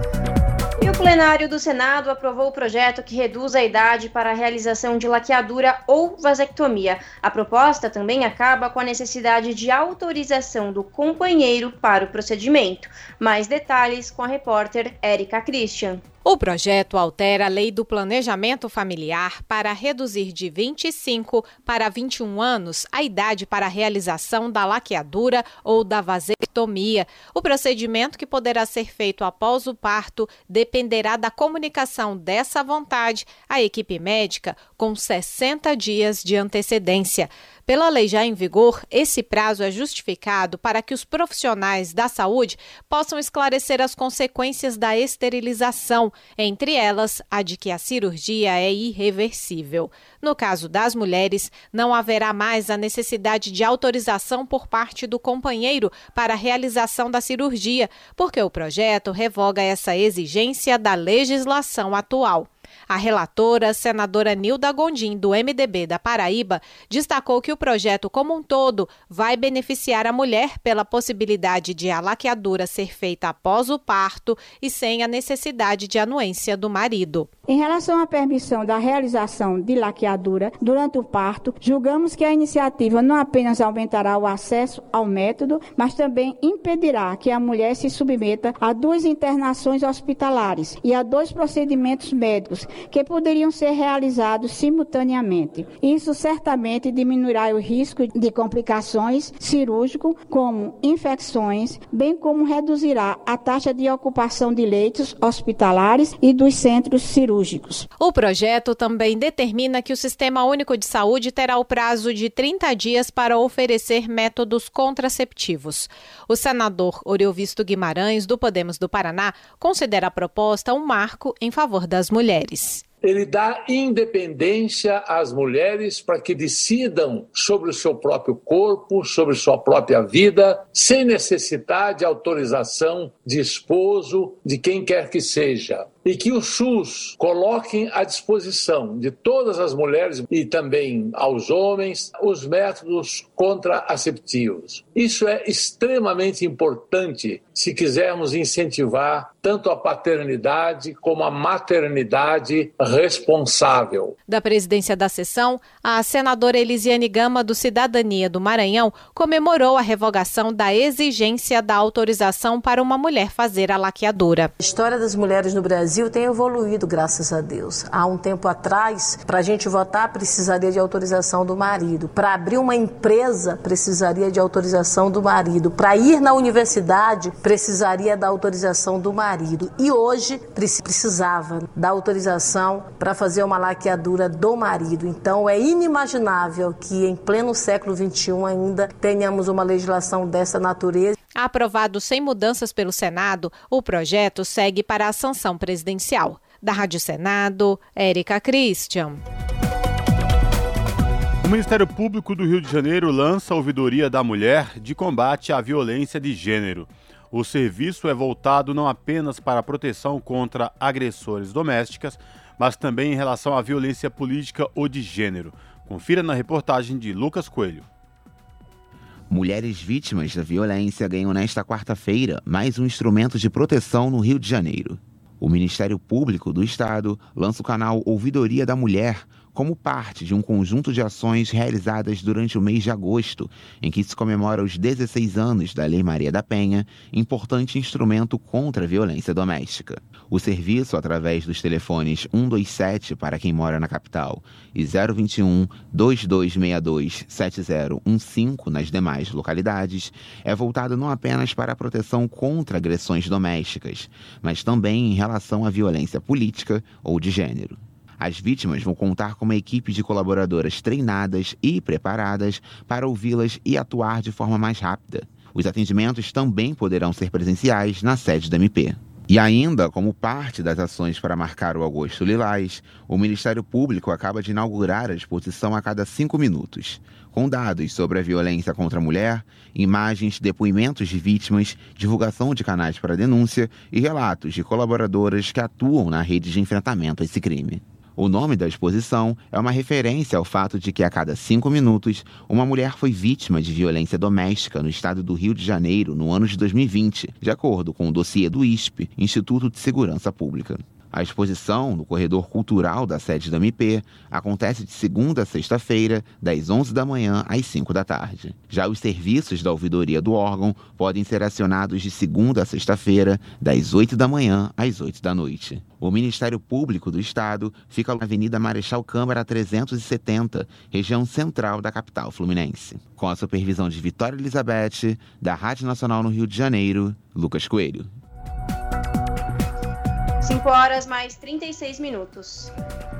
[SPEAKER 3] E o plenário do Senado aprovou o projeto que reduz a idade para a realização de laqueadura ou vasectomia. A proposta também acaba com a necessidade de autorização do companheiro para o procedimento. Mais detalhes com a repórter Érica Christian.
[SPEAKER 23] O projeto altera a lei do planejamento familiar para reduzir de vinte e cinco para vinte e um anos a idade para a realização da laqueadura ou da vasectomia. O procedimento, que poderá ser feito após o parto, dependerá da comunicação dessa vontade à equipe médica com sessenta dias de antecedência. Pela lei já em vigor, esse prazo é justificado para que os profissionais da saúde possam esclarecer as consequências da esterilização, entre elas a de que a cirurgia é irreversível. No caso das mulheres, não haverá mais a necessidade de autorização por parte do companheiro para a realização da cirurgia, porque o projeto revoga essa exigência da legislação atual. A relatora, senadora Nilda Gondim, do M D B da Paraíba, destacou que o projeto como um todo vai beneficiar a mulher pela possibilidade de a laqueadura ser feita após o parto e sem a necessidade de anuência do marido.
[SPEAKER 24] Em relação à permissão da realização de laqueadura durante o parto, julgamos que a iniciativa não apenas aumentará o acesso ao método, mas também impedirá que a mulher se submeta a duas internações hospitalares e a dois procedimentos médicos que poderiam ser realizados simultaneamente. Isso certamente diminuirá o risco de complicações cirúrgicas, como infecções, bem como reduzirá a taxa de ocupação de leitos hospitalares e dos centros cirúrgicos.
[SPEAKER 23] O projeto também determina que o Sistema Único de Saúde terá o prazo de trinta dias para oferecer métodos contraceptivos. O senador Oriovisto Guimarães, do Podemos do Paraná, considera a proposta um marco em favor das mulheres.
[SPEAKER 25] Ele dá independência às mulheres para que decidam sobre o seu próprio corpo, sobre sua própria vida, sem necessitar de autorização de esposo, de quem quer que seja. E que o SUS coloque à disposição de todas as mulheres e também aos homens os métodos contraceptivos. Isso é extremamente importante se quisermos incentivar tanto a paternidade como a maternidade responsável.
[SPEAKER 23] Da presidência da sessão, a senadora Elisiane Gama, do Cidadania do Maranhão, comemorou a revogação da exigência da autorização para uma mulher fazer a laqueadura.
[SPEAKER 26] A história das mulheres no Brasil
[SPEAKER 4] Brasil tem evoluído, graças a Deus. Há um tempo atrás, para a gente votar, precisaria de autorização do marido. Para abrir uma empresa, precisaria de autorização do marido. Para ir na universidade, precisaria da autorização do marido. E hoje, precisava da autorização para fazer uma laqueadura do marido. Então, é inimaginável que em pleno século vinte e um ainda tenhamos uma legislação dessa natureza.
[SPEAKER 23] Aprovado sem mudanças pelo Senado, o projeto segue para a sanção presidencial. Da Rádio Senado, Érica Christian.
[SPEAKER 1] O Ministério Público do Rio de Janeiro lança a Ouvidoria da Mulher de combate à violência de gênero. O serviço é voltado não apenas para a proteção contra agressores domésticas, mas também em relação à violência política ou de gênero. Confira na reportagem de Lucas Coelho.
[SPEAKER 5] Mulheres vítimas da violência ganham nesta quarta-feira mais um instrumento de proteção no Rio de Janeiro. O Ministério Público do Estado lança o canal Ouvidoria da Mulher como parte de um conjunto de ações realizadas durante o mês de agosto, em que se comemora os dezesseis anos da Lei Maria da Penha, importante instrumento contra a violência doméstica. O serviço, através dos telefones um dois sete para quem mora na capital e zero vinte e um, dois dois seis dois, sete zero um cinco nas demais localidades, é voltado não apenas para a proteção contra agressões domésticas, mas também em relação à violência política ou de gênero. As vítimas vão contar com uma equipe de colaboradoras treinadas e preparadas para ouvi-las e atuar de forma mais rápida. Os atendimentos também poderão ser presenciais na sede da M P. E ainda, como parte das ações para marcar o Agosto Lilás, o Ministério Público acaba de inaugurar a exposição a cada cinco minutos, com dados sobre a violência contra a mulher, imagens, depoimentos de vítimas, divulgação de canais para denúncia e relatos de colaboradoras que atuam na rede de enfrentamento a esse crime. O nome da exposição é uma referência ao fato de que a cada cinco minutos, uma mulher foi vítima de violência doméstica no estado do Rio de Janeiro no ano de dois mil e vinte, de acordo com o dossiê do I S P, Instituto de Segurança Pública. A exposição, no corredor cultural da sede da M P, acontece de segunda a sexta-feira, das onze da manhã às cinco da tarde. Já os serviços da ouvidoria do órgão podem ser acionados de segunda a sexta-feira, das oito da manhã às oito da noite. O Ministério Público do Estado fica na Avenida Marechal Câmara trezentos e setenta, região central da capital fluminense. Com a supervisão de Vitória Elizabeth, da Rádio Nacional no Rio de Janeiro, Lucas Coelho.
[SPEAKER 3] cinco horas mais trinta e seis minutos.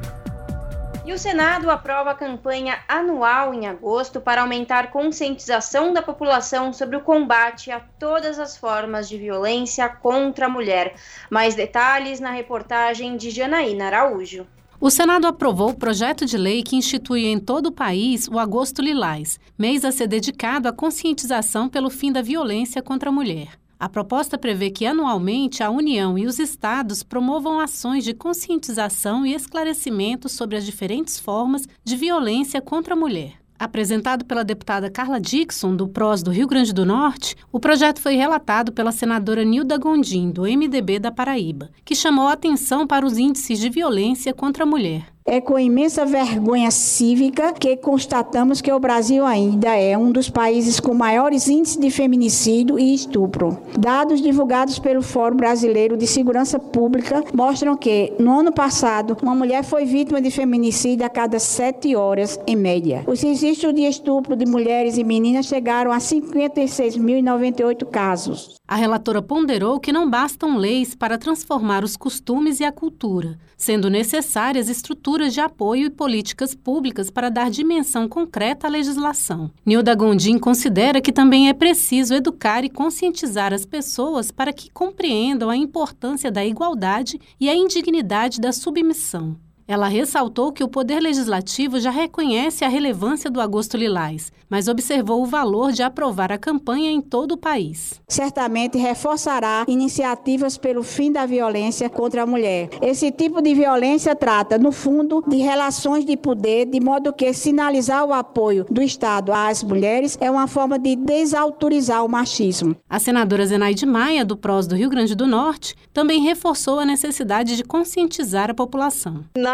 [SPEAKER 3] E o Senado aprova a campanha anual em agosto para aumentar conscientização da população sobre o combate a todas as formas de violência contra a mulher. Mais detalhes na reportagem de Janaína Araújo.
[SPEAKER 7] O Senado aprovou o projeto de lei que institui em todo o país o Agosto Lilás, mês a ser dedicado à conscientização pelo fim da violência contra a mulher. A proposta prevê que, anualmente, a União e os estados promovam ações de conscientização e esclarecimento sobre as diferentes formas de violência contra a mulher. Apresentado pela deputada Carla Dickson, do P R O S do Rio Grande do Norte, o projeto foi relatado pela senadora Nilda Gondim, do M D B da Paraíba, que chamou a atenção para os índices de violência contra a mulher.
[SPEAKER 24] É com imensa vergonha cívica que constatamos que o Brasil ainda é um dos países com maiores índices de feminicídio e estupro. Dados divulgados pelo Fórum Brasileiro de Segurança Pública mostram que, no ano passado, uma mulher foi vítima de feminicídio a cada sete horas, em média. Os registros de estupro de mulheres e meninas chegaram a cinquenta e seis mil e noventa e oito casos.
[SPEAKER 7] A relatora ponderou que não bastam leis para transformar os costumes e a cultura, sendo necessárias estruturas de apoio e políticas públicas para dar dimensão concreta à legislação. Nilda Gondim considera que também é preciso educar e conscientizar as pessoas para que compreendam a importância da igualdade e a indignidade da submissão. Ela ressaltou que o Poder Legislativo já reconhece a relevância do Agosto Lilás, mas observou o valor de aprovar a campanha em todo o país.
[SPEAKER 24] Certamente reforçará iniciativas pelo fim da violência contra a mulher. Esse tipo de violência trata, no fundo, de relações de poder, de modo que sinalizar o apoio do Estado às mulheres é uma forma de desautorizar o machismo.
[SPEAKER 7] A senadora Zenaide Maia, do P R O S do Rio Grande do Norte, também reforçou a necessidade de conscientizar a população.
[SPEAKER 8] Na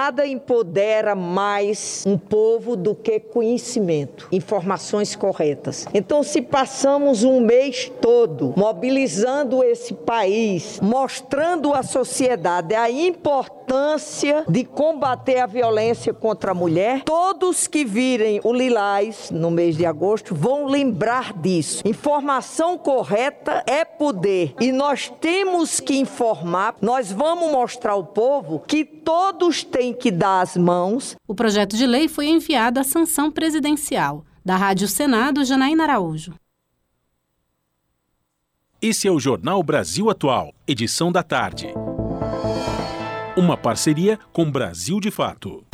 [SPEAKER 6] Nada empodera mais um povo do que conhecimento, informações corretas. Então, se passamos um mês todo mobilizando esse país, mostrando à sociedade a importância de combater a violência contra a mulher, todos que virem o Lilás no mês de agosto vão lembrar disso. Informação correta é poder e nós temos que informar, nós vamos mostrar ao povo que todos têm que dar as mãos.
[SPEAKER 7] O projeto de lei foi enviado à sanção presidencial. Da Rádio Senado, Janaína Araújo.
[SPEAKER 2] Esse é o Jornal Brasil Atual, edição da tarde. Uma parceria com Brasil de Fato.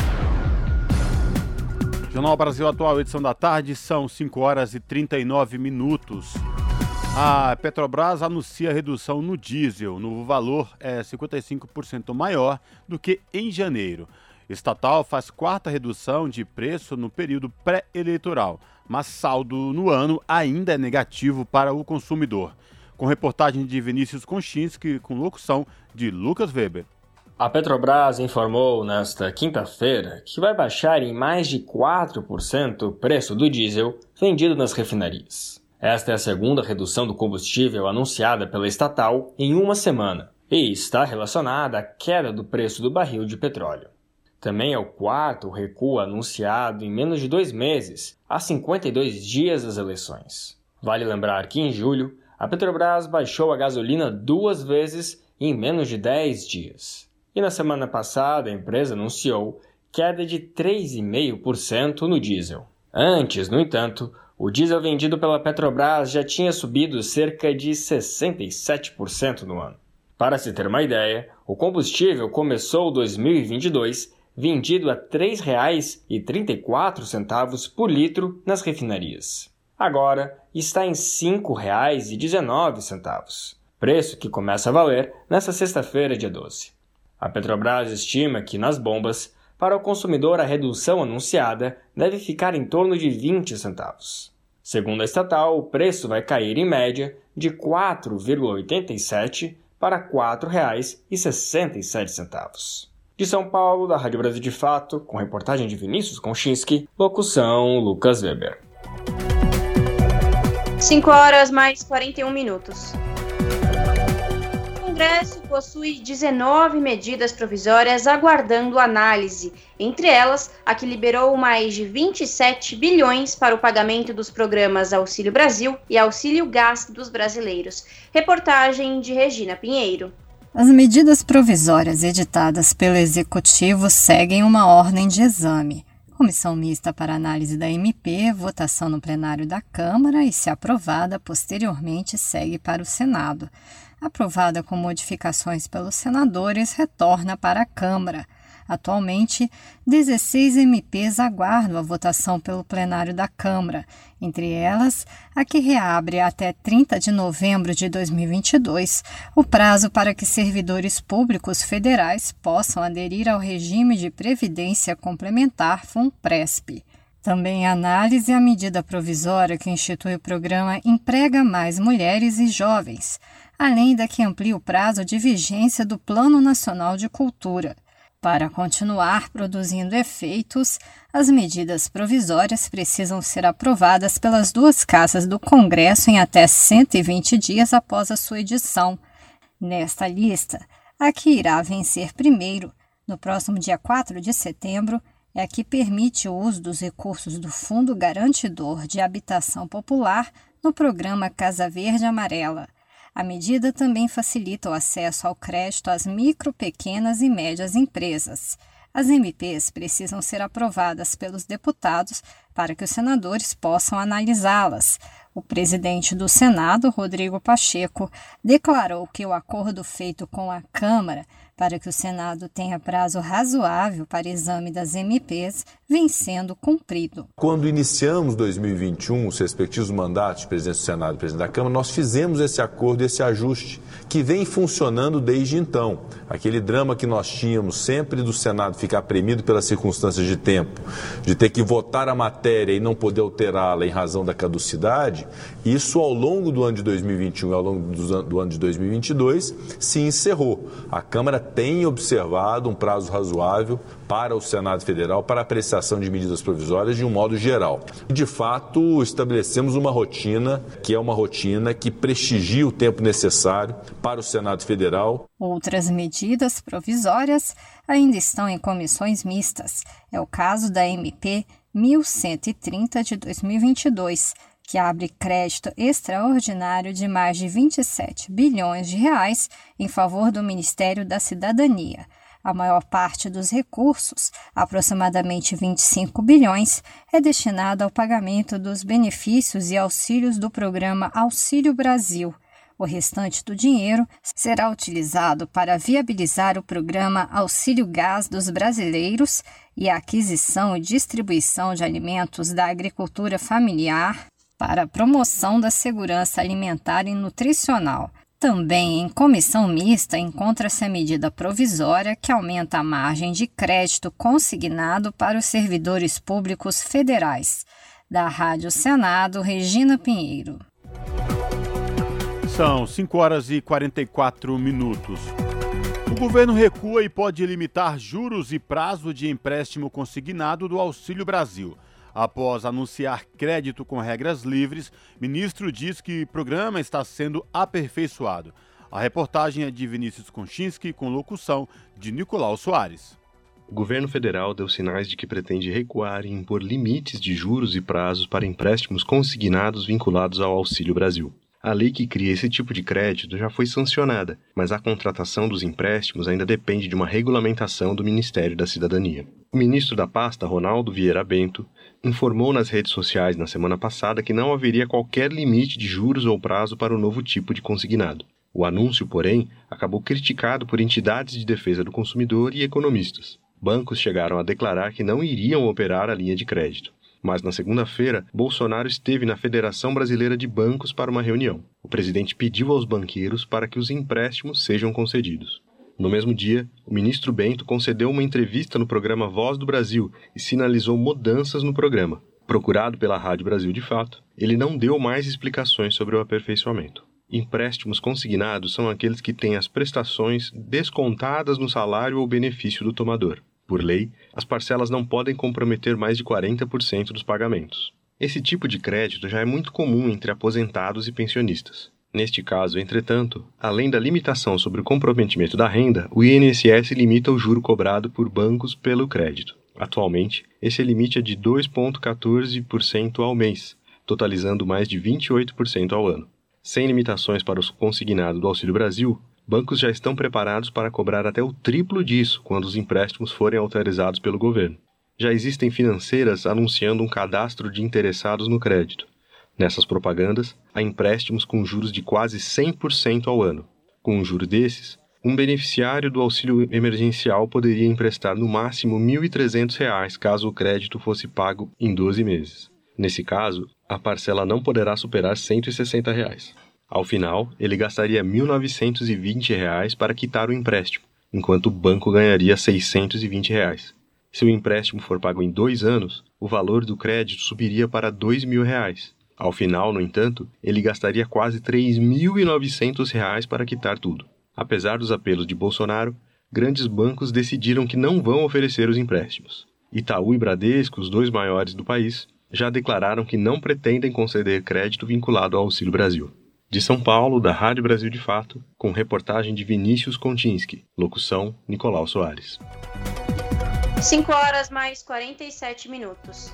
[SPEAKER 1] Jornal Brasil Atual, edição da tarde, são cinco horas e trinta e nove minutos. A Petrobras anuncia redução no diesel. No valor é cinquenta e cinco por cento maior do que em janeiro. Estatal faz quarta redução de preço no período pré-eleitoral, mas saldo no ano ainda é negativo para o consumidor. Com reportagem de Vinícius Konchinski, com locução de Lucas Weber.
[SPEAKER 8] A Petrobras informou nesta quinta-feira que vai baixar em mais de quatro por cento o preço do diesel vendido nas refinarias. Esta é a segunda redução do combustível anunciada pela estatal em uma semana e está relacionada à queda do preço do barril de petróleo. Também é o quarto recuo anunciado em menos de dois meses, a cinquenta e dois dias das eleições. Vale lembrar que em julho, a Petrobras baixou a gasolina duas vezes em menos de dez dias. E na semana passada, a empresa anunciou queda de três vírgula cinco por cento no diesel. Antes, no entanto, o diesel vendido pela Petrobras já tinha subido cerca de sessenta e sete por cento no ano. Para se ter uma ideia, o combustível começou dois mil e vinte e dois vendido a três reais e trinta e quatro centavos por litro nas refinarias. Agora está em cinco reais e dezenove centavos, preço que começa a valer nesta sexta-feira, dia doze. A Petrobras estima que, nas bombas, para o consumidor a redução anunciada deve ficar em torno de vinte centavos. Segundo a estatal, o preço vai cair em média de quatro vírgula oitenta e sete para quatro reais e sessenta e sete centavos. De São Paulo, da Rádio Brasil de Fato, com reportagem de Vinícius Konchinski, locução Lucas Weber.
[SPEAKER 3] cinco horas mais quarenta e um minutos. O Congresso possui dezenove medidas provisórias aguardando análise, entre elas a que liberou mais de vinte e sete bilhões para o pagamento dos programas Auxílio Brasil e Auxílio Gás dos brasileiros. Reportagem de Regina Pinheiro.
[SPEAKER 9] As medidas provisórias editadas pelo Executivo seguem uma ordem de exame. Comissão mista para análise da M P, votação no plenário da Câmara e, se aprovada, posteriormente segue para o Senado. Aprovada com modificações pelos senadores, retorna para a Câmara. Atualmente, dezesseis M Ps aguardam a votação pelo plenário da Câmara, entre elas a que reabre até trinta de novembro de dois mil e vinte e dois o prazo para que servidores públicos federais possam aderir ao regime de previdência complementar FUNPRESP. Também em análise a medida provisória que institui o programa Emprega Mais Mulheres e Jovens, além da que amplia o prazo de vigência do Plano Nacional de Cultura. Para continuar produzindo efeitos, as medidas provisórias precisam ser aprovadas pelas duas casas do Congresso em até cento e vinte dias após a sua edição. Nesta lista, a que irá vencer primeiro, no próximo dia quatro de setembro, é a que permite o uso dos recursos do Fundo Garantidor de Habitação Popular no programa Casa Verde Amarela. A medida também facilita o acesso ao crédito às micro, pequenas e médias empresas. As M Ps precisam ser aprovadas pelos deputados para que os senadores possam analisá-las. O presidente do Senado, Rodrigo Pacheco, declarou que o acordo feito com a Câmara para que o Senado tenha prazo razoável para exame das M Ps vem sendo cumprido.
[SPEAKER 10] Quando iniciamos dois mil e vinte e um, os respectivos mandatos de presidente do Senado e presidente da Câmara, nós fizemos esse acordo, esse ajuste, que vem funcionando desde então. Aquele drama que nós tínhamos sempre do Senado ficar premido pelas circunstâncias de tempo, de ter que votar a matéria e não poder alterá-la em razão da caducidade, isso ao longo do ano de dois mil e vinte e um e ao longo do ano de dois mil e vinte e dois se encerrou. A Câmara tem observado um prazo razoável para o Senado Federal para apreciação de medidas provisórias de um modo geral. De fato, estabelecemos uma rotina que é uma rotina que prestigia o tempo necessário para o Senado Federal.
[SPEAKER 9] Outras medidas provisórias ainda estão em comissões mistas. É o caso da M P mil cento e trinta de dois mil e vinte e dois, que abre crédito extraordinário de mais de vinte e sete bilhões de reais em favor do Ministério da Cidadania. A maior parte dos recursos, aproximadamente vinte e cinco bilhões, é destinada ao pagamento dos benefícios e auxílios do programa Auxílio Brasil. O restante do dinheiro será utilizado para viabilizar o programa Auxílio Gás dos brasileiros e a aquisição e distribuição de alimentos da agricultura familiar para a promoção da segurança alimentar e nutricional. Também em comissão mista encontra-se a medida provisória que aumenta a margem de crédito consignado para os servidores públicos federais. Da Rádio Senado, Regina Pinheiro.
[SPEAKER 1] São cinco horas e quarenta e quatro minutos. O governo recua e pode limitar juros e prazo de empréstimo consignado do Auxílio Brasil. Após anunciar crédito com regras livres, ministro diz que o programa está sendo aperfeiçoado. A reportagem é de Vinícius Konchinski, com locução de Nicolau Soares.
[SPEAKER 11] O governo federal deu sinais de que pretende recuar e impor limites de juros e prazos para empréstimos consignados vinculados ao Auxílio Brasil. A lei que cria esse tipo de crédito já foi sancionada, mas a contratação dos empréstimos ainda depende de uma regulamentação do Ministério da Cidadania. O ministro da pasta, Ronaldo Vieira Bento, informou nas redes sociais na semana passada que não haveria qualquer limite de juros ou prazo para o novo tipo de consignado. O anúncio, porém, acabou criticado por entidades de defesa do consumidor e economistas. Bancos chegaram a declarar que não iriam operar a linha de crédito. Mas na segunda-feira, Bolsonaro esteve na Federação Brasileira de Bancos para uma reunião. O presidente pediu aos banqueiros para que os empréstimos sejam concedidos. No mesmo dia, o ministro Bento concedeu uma entrevista no programa Voz do Brasil e sinalizou mudanças no programa. Procurado pela Rádio Brasil de Fato, ele não deu mais explicações sobre o aperfeiçoamento. Empréstimos consignados são aqueles que têm as prestações descontadas no salário ou benefício do tomador. Por lei, as parcelas não podem comprometer mais de quarenta por cento dos pagamentos. Esse tipo de crédito já é muito comum entre aposentados e pensionistas. Neste caso, entretanto, além da limitação sobre o comprometimento da renda, o I N S S limita o juro cobrado por bancos pelo crédito. Atualmente, esse limite é de dois vírgula quatorze por cento ao mês, totalizando mais de vinte e oito por cento ao ano. Sem limitações para o consignado do Auxílio Brasil, bancos já estão preparados para cobrar até o triplo disso quando os empréstimos forem autorizados pelo governo. Já existem financeiras anunciando um cadastro de interessados no crédito. Nessas propagandas, há empréstimos com juros de quase cem por cento ao ano. Com um juro desses, um beneficiário do auxílio emergencial poderia emprestar no máximo mil e trezentos reais caso o crédito fosse pago em doze meses. Nesse caso, a parcela não poderá superar cento e sessenta reais. Ao final, ele gastaria mil novecentos e vinte reais para quitar o empréstimo, enquanto o banco ganharia seiscentos e vinte reais. Se o empréstimo for pago em dois anos, o valor do crédito subiria para dois mil reais. Ao final, no entanto, ele gastaria quase três mil e novecentos reais para quitar tudo. Apesar dos apelos de Bolsonaro, grandes bancos decidiram que não vão oferecer os empréstimos. Itaú e Bradesco, os dois maiores do país, já declararam que não pretendem conceder crédito vinculado ao Auxílio Brasil. De São Paulo, da Rádio Brasil de Fato, com reportagem de Vinícius Konchinski, locução Nicolau Soares.
[SPEAKER 3] cinco horas mais quarenta e sete minutos.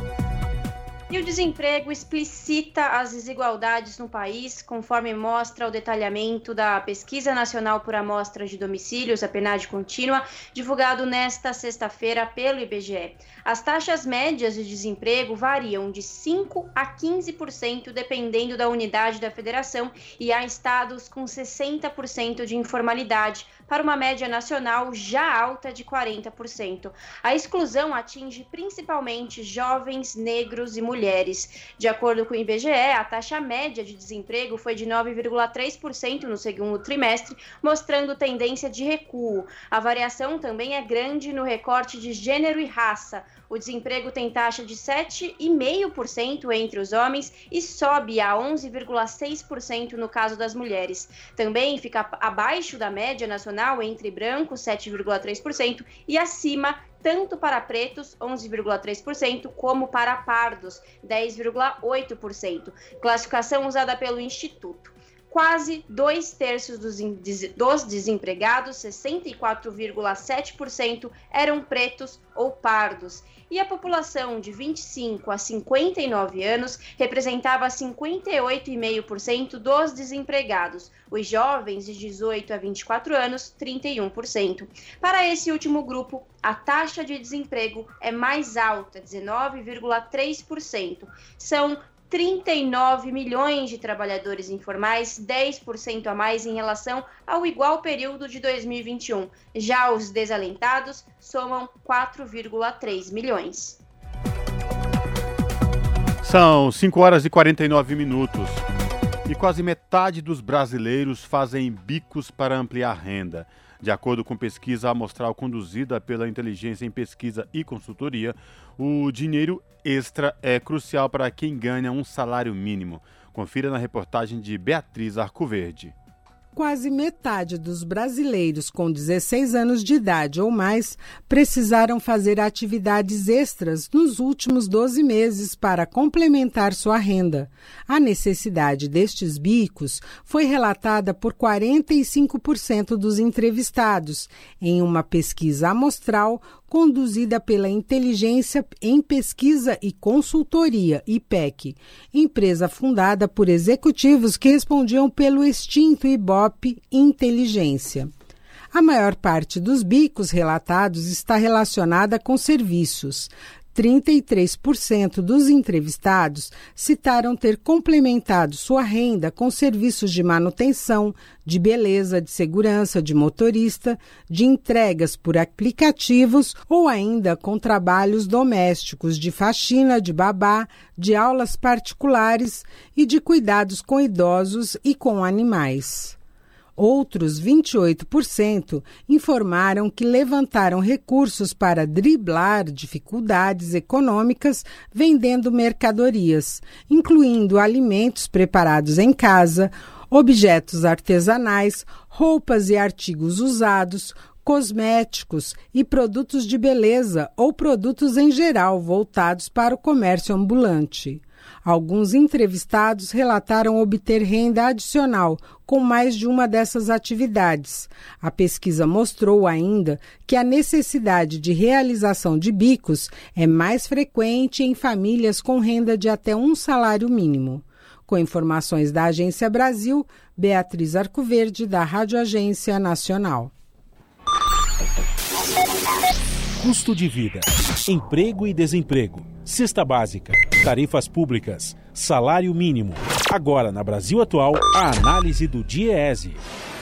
[SPEAKER 3] E o desemprego explicita as desigualdades no país, conforme mostra o detalhamento da Pesquisa Nacional por Amostras de Domicílios, a PNAD contínua, divulgado nesta sexta-feira pelo I B G E. As taxas médias de desemprego variam de cinco a quinze por cento, dependendo da unidade da federação, e há estados com sessenta por cento de informalidade, para uma média nacional já alta de quarenta por cento. A exclusão atinge principalmente jovens, negros e mulheres. De acordo com o I B G E, a taxa média de desemprego foi de nove vírgula três por cento no segundo trimestre, mostrando tendência de recuo. A variação também é grande no recorte de gênero e raça. O desemprego tem taxa de sete vírgula cinco por cento entre os homens e sobe a onze vírgula seis por cento no caso das mulheres. Também fica abaixo da média nacional entre brancos, sete vírgula três por cento, e acima tanto para pretos, onze vírgula três por cento, como para pardos, dez vírgula oito por cento. Classificação usada pelo Instituto. Quase dois terços dos, dos desempregados, sessenta e quatro vírgula sete por cento, eram pretos ou pardos. E a população de vinte e cinco a cinquenta e nove anos representava cinquenta e oito vírgula cinco por cento dos desempregados. Os jovens de dezoito a vinte e quatro anos, trinta e um por cento. Para esse último grupo, a taxa de desemprego é mais alta, dezenove vírgula três por cento. São trinta e nove milhões de trabalhadores informais, dez por cento a mais em relação ao igual período de dois mil e vinte e um. Já os desalentados somam quatro vírgula três milhões.
[SPEAKER 1] São cinco horas e quarenta e nove minutos. E quase metade dos brasileiros fazem bicos para ampliar renda. De acordo com pesquisa amostral conduzida pela Inteligência em Pesquisa e Consultoria, o dinheiro extra é crucial para quem ganha um salário mínimo. Confira na reportagem de Beatriz Arcoverde.
[SPEAKER 12] Quase metade dos brasileiros com dezesseis anos de idade ou mais precisaram fazer atividades extras nos últimos doze meses para complementar sua renda. A necessidade destes bicos foi relatada por quarenta e cinco por cento dos entrevistados, em uma pesquisa amostral conduzida pela Inteligência em Pesquisa e Consultoria, I P E C, empresa fundada por executivos que respondiam pelo extinto Ibope Inteligência. A maior parte dos bicos relatados está relacionada com serviços. trinta e três por cento dos entrevistados citaram ter complementado sua renda com serviços de manutenção, de beleza, de segurança, de motorista, de entregas por aplicativos ou ainda com trabalhos domésticos, de faxina, de babá, de aulas particulares e de cuidados com idosos e com animais. Outros vinte e oito por cento informaram que levantaram recursos para driblar dificuldades econômicas vendendo mercadorias, incluindo alimentos preparados em casa, objetos artesanais, roupas e artigos usados, cosméticos e produtos de beleza ou produtos em geral voltados para o comércio ambulante. Alguns entrevistados relataram obter renda adicional com mais de uma dessas atividades. A pesquisa mostrou ainda que a necessidade de realização de bicos é mais frequente em famílias com renda de até um salário mínimo. Com informações da Agência Brasil, Beatriz Arcoverde, da Rádio Agência Nacional.
[SPEAKER 2] Custo de vida, emprego e desemprego, cesta básica, tarifas públicas, salário mínimo. Agora, na Brasil Atual, a análise do DIEESE.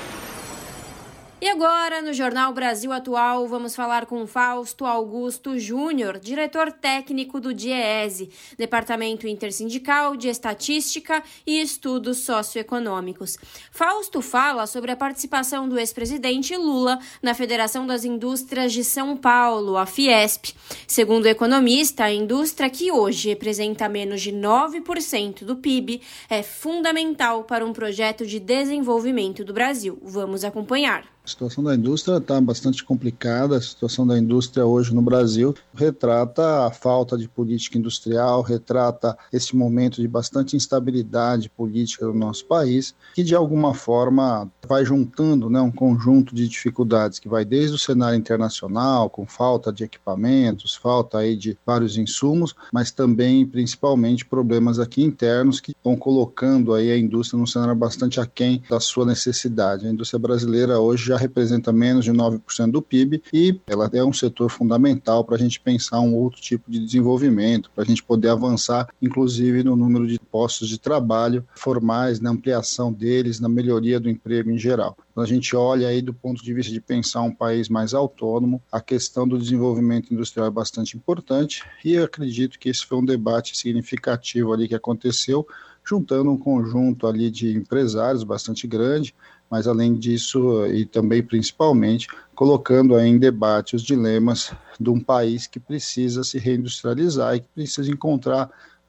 [SPEAKER 3] E agora, no Jornal Brasil Atual, vamos falar com Fausto Augusto Júnior, diretor técnico do DIEESE, Departamento Intersindical de Estatística e Estudos Socioeconômicos. Fausto fala sobre a participação do ex-presidente Lula na Federação das Indústrias de São Paulo, a Fiesp. Segundo o economista, a indústria, que hoje representa menos de nove por cento do P I B, é fundamental para um projeto de desenvolvimento do Brasil. Vamos acompanhar.
[SPEAKER 13] A situação da indústria está bastante complicada. A situação da indústria hoje no Brasil retrata a falta de política industrial, retrata esse momento de bastante instabilidade política do nosso país, que de alguma forma vai juntando, né, um conjunto de dificuldades que vai desde o cenário internacional, com falta de equipamentos, falta aí de vários insumos, mas também principalmente problemas aqui internos que estão colocando aí a indústria num cenário bastante aquém da sua necessidade. A indústria brasileira hoje já representa menos de nove por cento do P I B e ela é um setor fundamental para a gente pensar um outro tipo de desenvolvimento, para a gente poder avançar, inclusive no número de postos de trabalho formais, na ampliação deles, na melhoria do emprego em geral. Quando a gente olha aí do ponto de vista de pensar um país mais autônomo, a questão do desenvolvimento industrial é bastante importante e eu acredito que esse foi um debate significativo ali que aconteceu, juntando um conjunto ali de empresários bastante grande, mas além disso e também principalmente colocando aí em debate os dilemas de um país que precisa se reindustrializar e que precisa encontrar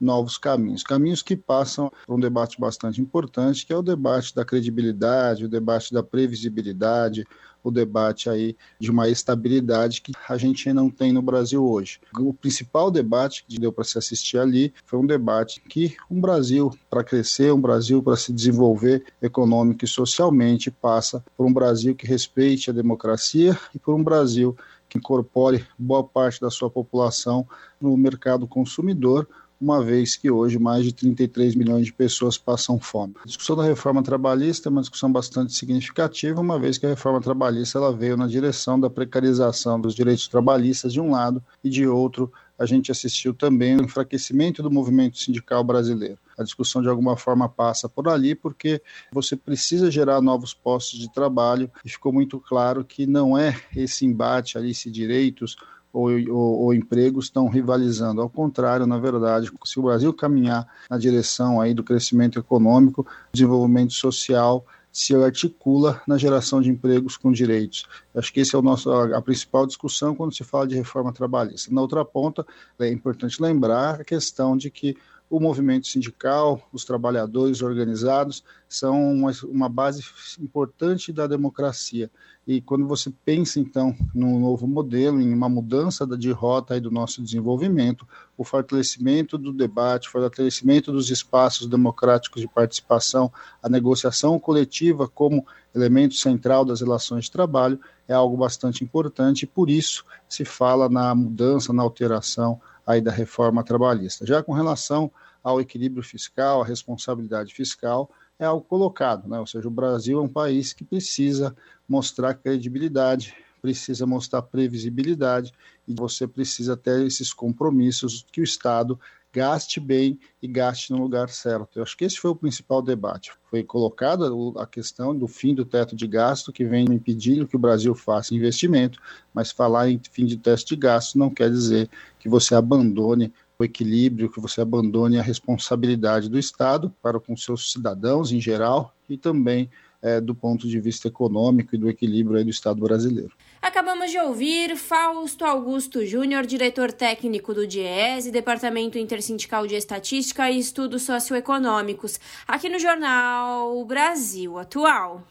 [SPEAKER 13] novos caminhos. Caminhos que passam por um debate bastante importante, que é o debate da credibilidade, o debate da previsibilidade, o debate aí de uma estabilidade que a gente não tem no Brasil hoje. O principal debate que deu para se assistir ali foi um debate que um Brasil para crescer, um Brasil para se desenvolver econômica e socialmente passa por um Brasil que respeite a democracia e por um Brasil que incorpore boa parte da sua população no mercado consumidor, uma vez que hoje mais de trinta e três milhões de pessoas passam fome. A discussão da reforma trabalhista é uma discussão bastante significativa, uma vez que a reforma trabalhista ela veio na direção da precarização dos direitos trabalhistas de um lado e de outro a gente assistiu também ao enfraquecimento do movimento sindical brasileiro. A discussão de alguma forma passa por ali porque você precisa gerar novos postos de trabalho e ficou muito claro que não é esse embate ali se direitos Ou, ou, ou empregos estão rivalizando. Ao contrário, na verdade, se o Brasil caminhar na direção aí do crescimento econômico, desenvolvimento social se articula na geração de empregos com direitos. Acho que esse é o nosso, a, a principal discussão quando se fala de reforma trabalhista. Na outra ponta, é importante lembrar a questão de que o movimento sindical, os trabalhadores organizados, são uma, uma base importante da democracia. E quando você pensa, então, num novo modelo, em uma mudança de rota aí do nosso desenvolvimento, o fortalecimento do debate, o fortalecimento dos espaços democráticos de participação, a negociação coletiva como elemento central das relações de trabalho, é algo bastante importante e, por isso, se fala na mudança, na alteração aí da reforma trabalhista. Já com relação ao equilíbrio fiscal, à responsabilidade fiscal, é algo colocado, né? Ou seja, o Brasil é um país que precisa mostrar credibilidade, precisa mostrar previsibilidade e você precisa ter esses compromissos que o Estado gaste bem e gaste no lugar certo. Eu acho que esse foi o principal debate. Foi colocada a questão do fim do teto de gasto, que vem impedindo que o Brasil faça investimento, mas falar em fim de teto de gasto não quer dizer que você abandone o equilíbrio, que você abandone a responsabilidade do Estado para com seus cidadãos em geral e também é, do ponto de vista econômico e do equilíbrio aí do Estado brasileiro.
[SPEAKER 3] Acabamos de ouvir Fausto Augusto Júnior, diretor técnico do DIEESE, Departamento Intersindical de Estatística e Estudos Socioeconômicos, aqui no Jornal Brasil Atual.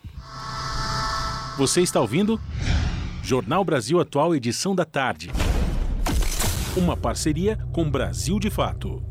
[SPEAKER 2] Você está ouvindo? Jornal Brasil Atual, edição da tarde. Uma parceria com Brasil de Fato.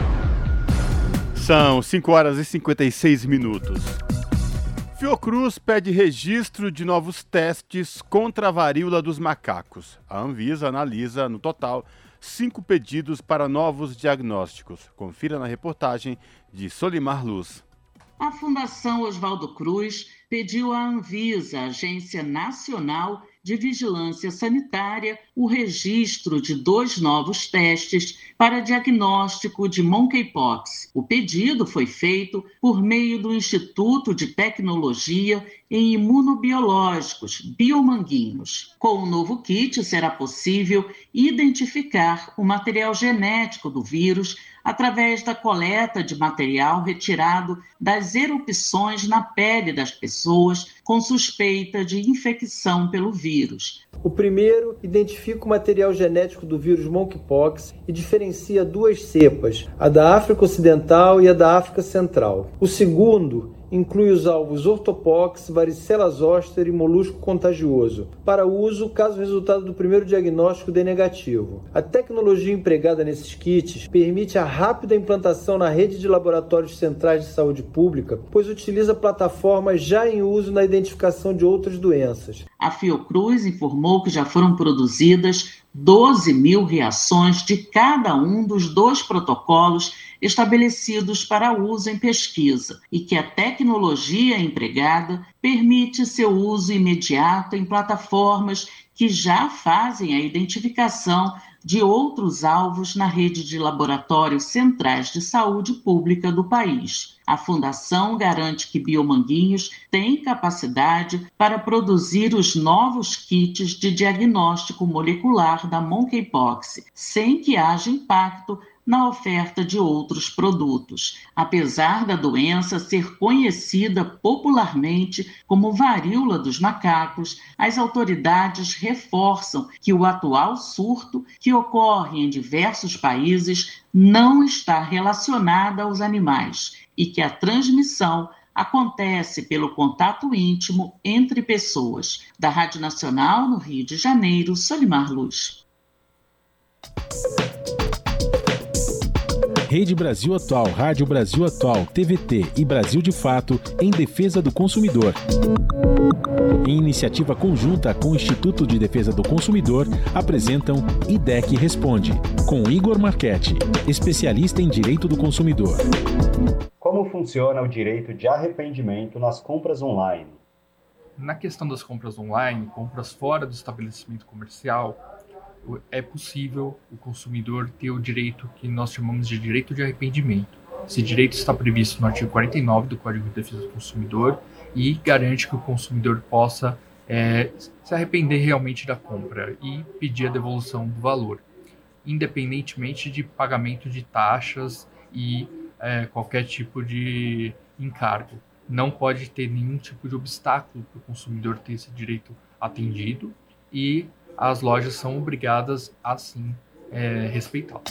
[SPEAKER 1] São cinco horas e cinquenta e seis minutos. Fiocruz pede registro de novos testes contra a varíola dos macacos. A Anvisa analisa, no total, cinco pedidos para novos diagnósticos. Confira na reportagem de Solimar Luz.
[SPEAKER 14] A Fundação Oswaldo Cruz pediu à Anvisa, Agência Nacional de Vigilância Sanitária, o registro de dois novos testes para diagnóstico de monkeypox. O pedido foi feito por meio do Instituto de Tecnologia em Imunobiológicos, Biomanguinhos. Com o novo kit, será possível identificar o material genético do vírus através da coleta de material retirado das erupções na pele das pessoas com suspeita de infecção pelo vírus.
[SPEAKER 15] O primeiro identifica o material genético do vírus monkeypox e diferencia duas cepas, a da África Ocidental e a da África Central. O segundo inclui os alvos ortopox, varicela zoster e molusco contagioso, para uso caso o resultado do primeiro diagnóstico dê negativo. A tecnologia empregada nesses kits permite a rápida implantação na rede de laboratórios centrais de saúde pública, pois utiliza plataformas já em uso na identificação de outras doenças.
[SPEAKER 14] A Fiocruz informou que já foram produzidas doze mil reações de cada um dos dois protocolos estabelecidos para uso em pesquisa e que a tecnologia empregada permite seu uso imediato em plataformas que já fazem a identificação de outros alvos na rede de laboratórios centrais de saúde pública do país. A Fundação garante que Biomanguinhos tem capacidade para produzir os novos kits de diagnóstico molecular da monkeypox, sem que haja impacto na oferta de outros produtos, apesar da doença ser conhecida popularmente como varíola dos macacos. As autoridades reforçam que o atual surto, que ocorre em diversos países, não está relacionado aos animais e que a transmissão acontece pelo contato íntimo entre pessoas. Da Rádio Nacional, no Rio de Janeiro, Solimar Luz.
[SPEAKER 2] Rede Brasil Atual, Rádio Brasil Atual, T V T e Brasil de Fato em defesa do consumidor. Em iniciativa conjunta com o Instituto de Defesa do Consumidor, apresentam I D E C Responde, com Igor Marchetti, especialista em direito do consumidor.
[SPEAKER 16] Como funciona o direito de arrependimento nas compras online?
[SPEAKER 17] Na questão das compras online, compras fora do estabelecimento comercial, é possível o consumidor ter o direito que nós chamamos de direito de arrependimento. Esse direito está previsto no artigo quarenta e nove do Código de Defesa do Consumidor e garante que o consumidor possa é, se arrepender realmente da compra e pedir a devolução do valor, independentemente de pagamento de taxas e é, qualquer tipo de encargo. Não pode ter nenhum tipo de obstáculo para o consumidor ter esse direito atendido e as lojas são obrigadas a, sim, é, respeitá-lo.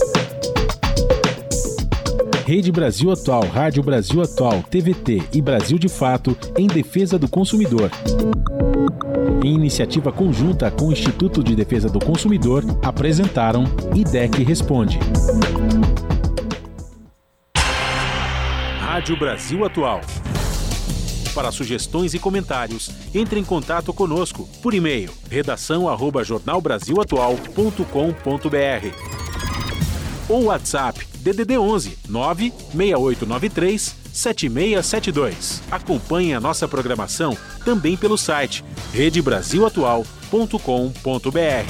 [SPEAKER 2] Rede Brasil Atual, Rádio Brasil Atual, T V T e Brasil de Fato em defesa do consumidor. Em iniciativa conjunta com o Instituto de Defesa do Consumidor, apresentaram I D E C Responde. Rádio Brasil Atual. Para sugestões e comentários, entre em contato conosco por e-mail redação arroba jornal brasil atual ponto com ponto b r ou WhatsApp D D D onze nove seis oito nove três sete seis sete dois. Acompanhe a nossa programação também pelo site rede brasil atual ponto com ponto b r.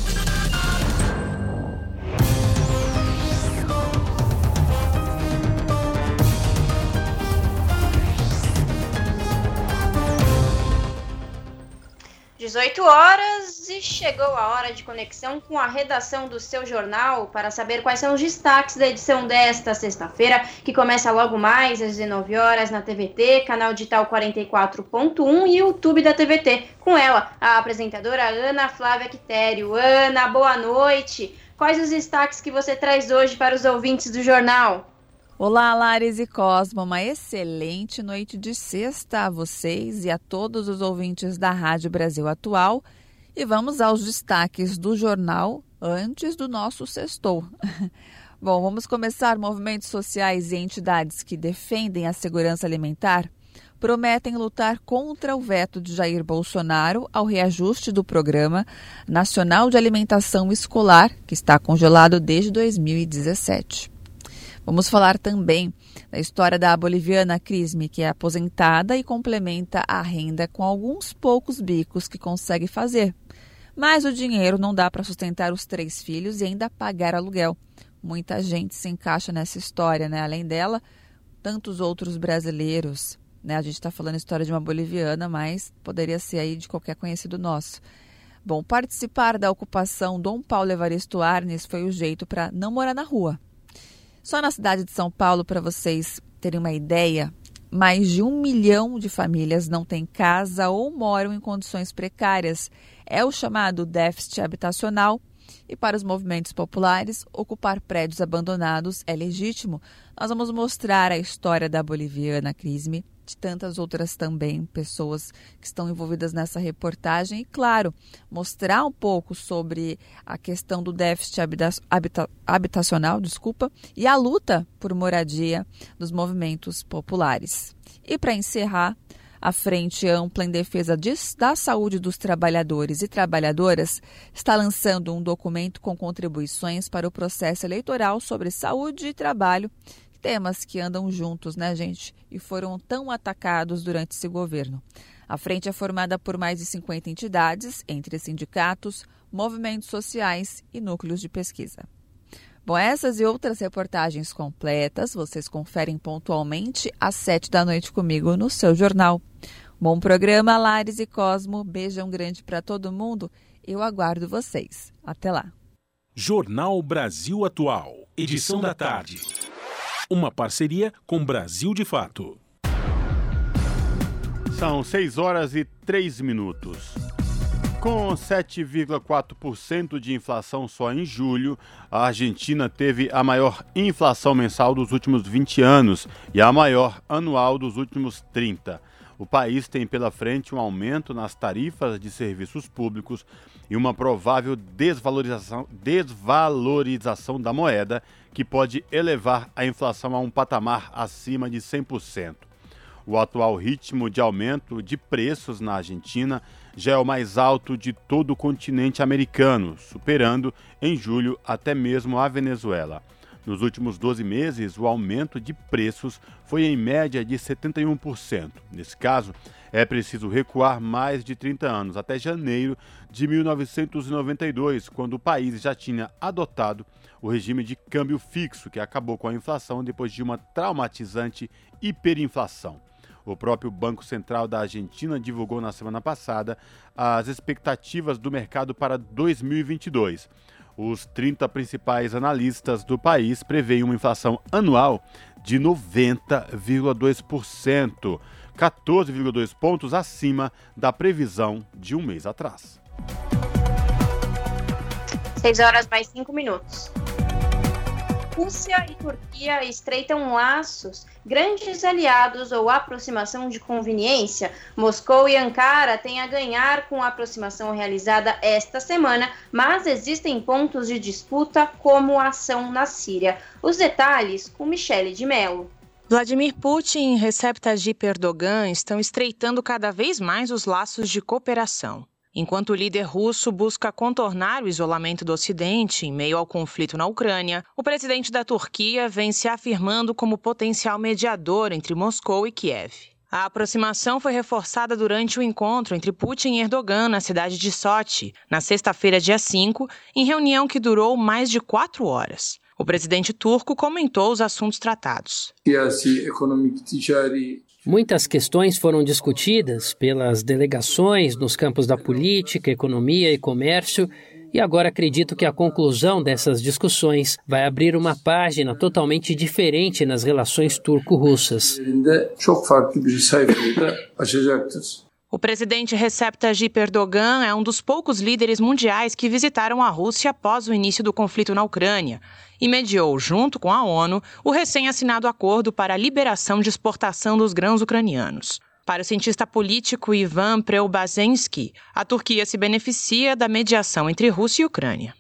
[SPEAKER 3] dezoito horas e chegou a hora de conexão com a redação do seu jornal para saber quais são os destaques da edição desta sexta-feira, que começa logo mais às dezenove horas na T V T, canal digital quarenta e quatro ponto um e YouTube da T V T. Com ela, a apresentadora Ana Flávia Quitério. Ana, boa noite. Quais os destaques que você traz hoje para os ouvintes do jornal?
[SPEAKER 18] Olá, Lares e Cosmo, uma excelente noite de sexta a vocês e a todos os ouvintes da Rádio Brasil Atual. E vamos aos destaques do jornal antes do nosso sextou. Bom, vamos começar. Movimentos sociais e entidades que defendem a segurança alimentar prometem lutar contra o veto de Jair Bolsonaro ao reajuste do Programa Nacional de Alimentação Escolar, que está congelado desde dois mil e dezessete. Vamos falar também da história da boliviana Crisme, que é aposentada e complementa a renda com alguns poucos bicos que consegue fazer. Mas o dinheiro não dá para sustentar os três filhos e ainda pagar aluguel. Muita gente se encaixa nessa história, né? Além dela, tantos outros brasileiros. Né? A gente está falando a história de uma boliviana, mas poderia ser aí de qualquer conhecido nosso. Bom, participar da ocupação Dom Paulo Evaristo Arnes foi o jeito para não morar na rua. Só na cidade de São Paulo, para vocês terem uma ideia, mais de um milhão de famílias não têm casa ou moram em condições precárias. É o chamado déficit habitacional. E para os movimentos populares, ocupar prédios abandonados é legítimo. Nós vamos mostrar a história da boliviana Crisme, de tantas outras também pessoas que estão envolvidas nessa reportagem. E, claro, mostrar um pouco sobre a questão do déficit habita- habita- habitacional desculpa, e a luta por moradia dos movimentos populares. E, para encerrar, a Frente Ampla em Defesa de, da Saúde dos Trabalhadores e Trabalhadoras está lançando um documento com contribuições para o processo eleitoral sobre saúde e trabalho, temas que andam juntos, né, gente? E foram tão atacados durante esse governo. A frente é formada por mais de cinquenta entidades, entre sindicatos, movimentos sociais e núcleos de pesquisa. Bom, essas e outras reportagens completas vocês conferem pontualmente às sete da noite comigo no seu jornal. Bom programa, Lares e Cosmo. Beijão grande para todo mundo. Eu aguardo vocês. Até lá.
[SPEAKER 2] Jornal Brasil Atual. edição da tarde. Uma parceria com Brasil de Fato.
[SPEAKER 1] São seis horas e três minutos. Com sete vírgula quatro por cento de inflação só em julho, a Argentina teve a maior inflação mensal dos últimos vinte anos e a maior anual dos últimos trinta. O país tem pela frente um aumento nas tarifas de serviços públicos e uma provável desvalorização, desvalorização da moeda, que pode elevar a inflação a um patamar acima de cem por cento. O atual ritmo de aumento de preços na Argentina já é o mais alto de todo o continente americano, superando em julho até mesmo a Venezuela. Nos últimos doze meses, o aumento de preços foi em média de setenta e um por cento. Nesse caso, é preciso recuar mais de trinta anos, até janeiro de mil novecentos e noventa e dois, quando o país já tinha adotado o regime de câmbio fixo, que acabou com a inflação depois de uma traumatizante hiperinflação. O próprio Banco Central da Argentina divulgou na semana passada as expectativas do mercado para dois mil e vinte e dois. Os trinta principais analistas do país preveem uma inflação anual de noventa vírgula dois por cento, quatorze vírgula dois pontos acima da previsão de um mês atrás.
[SPEAKER 3] seis horas mais cinco minutos. Rússia e Turquia estreitam laços, grandes aliados ou aproximação de conveniência. Moscou e Ankara têm a ganhar com a aproximação realizada esta semana, mas existem pontos de disputa, como a ação na Síria. Os detalhes com Michele de Mello.
[SPEAKER 19] Vladimir Putin e Recep Tayyip Erdogan estão estreitando cada vez mais os laços de cooperação. Enquanto o líder russo busca contornar o isolamento do Ocidente em meio ao conflito na Ucrânia, o presidente da Turquia vem se afirmando como potencial mediador entre Moscou e Kiev. A aproximação foi reforçada durante o encontro entre Putin e Erdogan na cidade de Sochi, na sexta-feira, dia cinco, em reunião que durou mais de quatro horas. O presidente turco comentou os assuntos tratados.
[SPEAKER 20] Muitas questões foram discutidas pelas delegações nos campos da política, economia e comércio, e agora acredito que a conclusão dessas discussões vai abrir uma página totalmente diferente nas relações turco-russas.
[SPEAKER 19] O presidente Recep Tayyip Erdogan é um dos poucos líderes mundiais que visitaram a Rússia após o início do conflito na Ucrânia e mediou, junto com a ONU, o recém-assinado acordo para a liberação de exportação dos grãos ucranianos. Para o cientista político Ivan Preobrazhensky, a Turquia se beneficia da mediação entre Rússia e Ucrânia.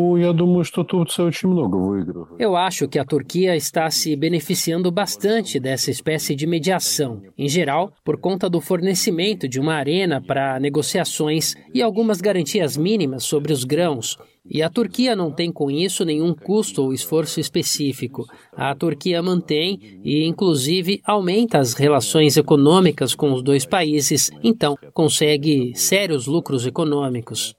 [SPEAKER 20] Eu acho que a Turquia está se beneficiando bastante dessa espécie de mediação, em geral, por conta do fornecimento de uma arena para negociações e algumas garantias mínimas sobre os grãos. E a Turquia não tem com isso nenhum custo ou esforço específico. A Turquia mantém e, inclusive, aumenta as relações econômicas com os dois países, então consegue sérios lucros econômicos.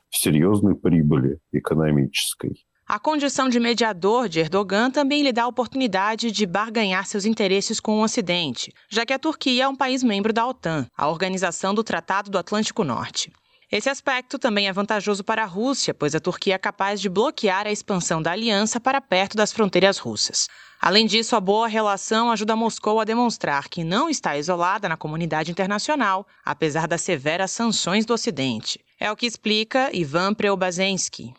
[SPEAKER 19] A condição de mediador de Erdogan também lhe dá a oportunidade de barganhar seus interesses com o Ocidente, já que a Turquia é um país membro da OTAN, a Organização do Tratado do Atlântico Norte. Esse aspecto também é vantajoso para a Rússia, pois a Turquia é capaz de bloquear a expansão da aliança para perto das fronteiras russas. Além disso, a boa relação ajuda Moscou a demonstrar que não está isolada na comunidade internacional, apesar das severas sanções do Ocidente. É o que explica Ivan Preobrazhensky.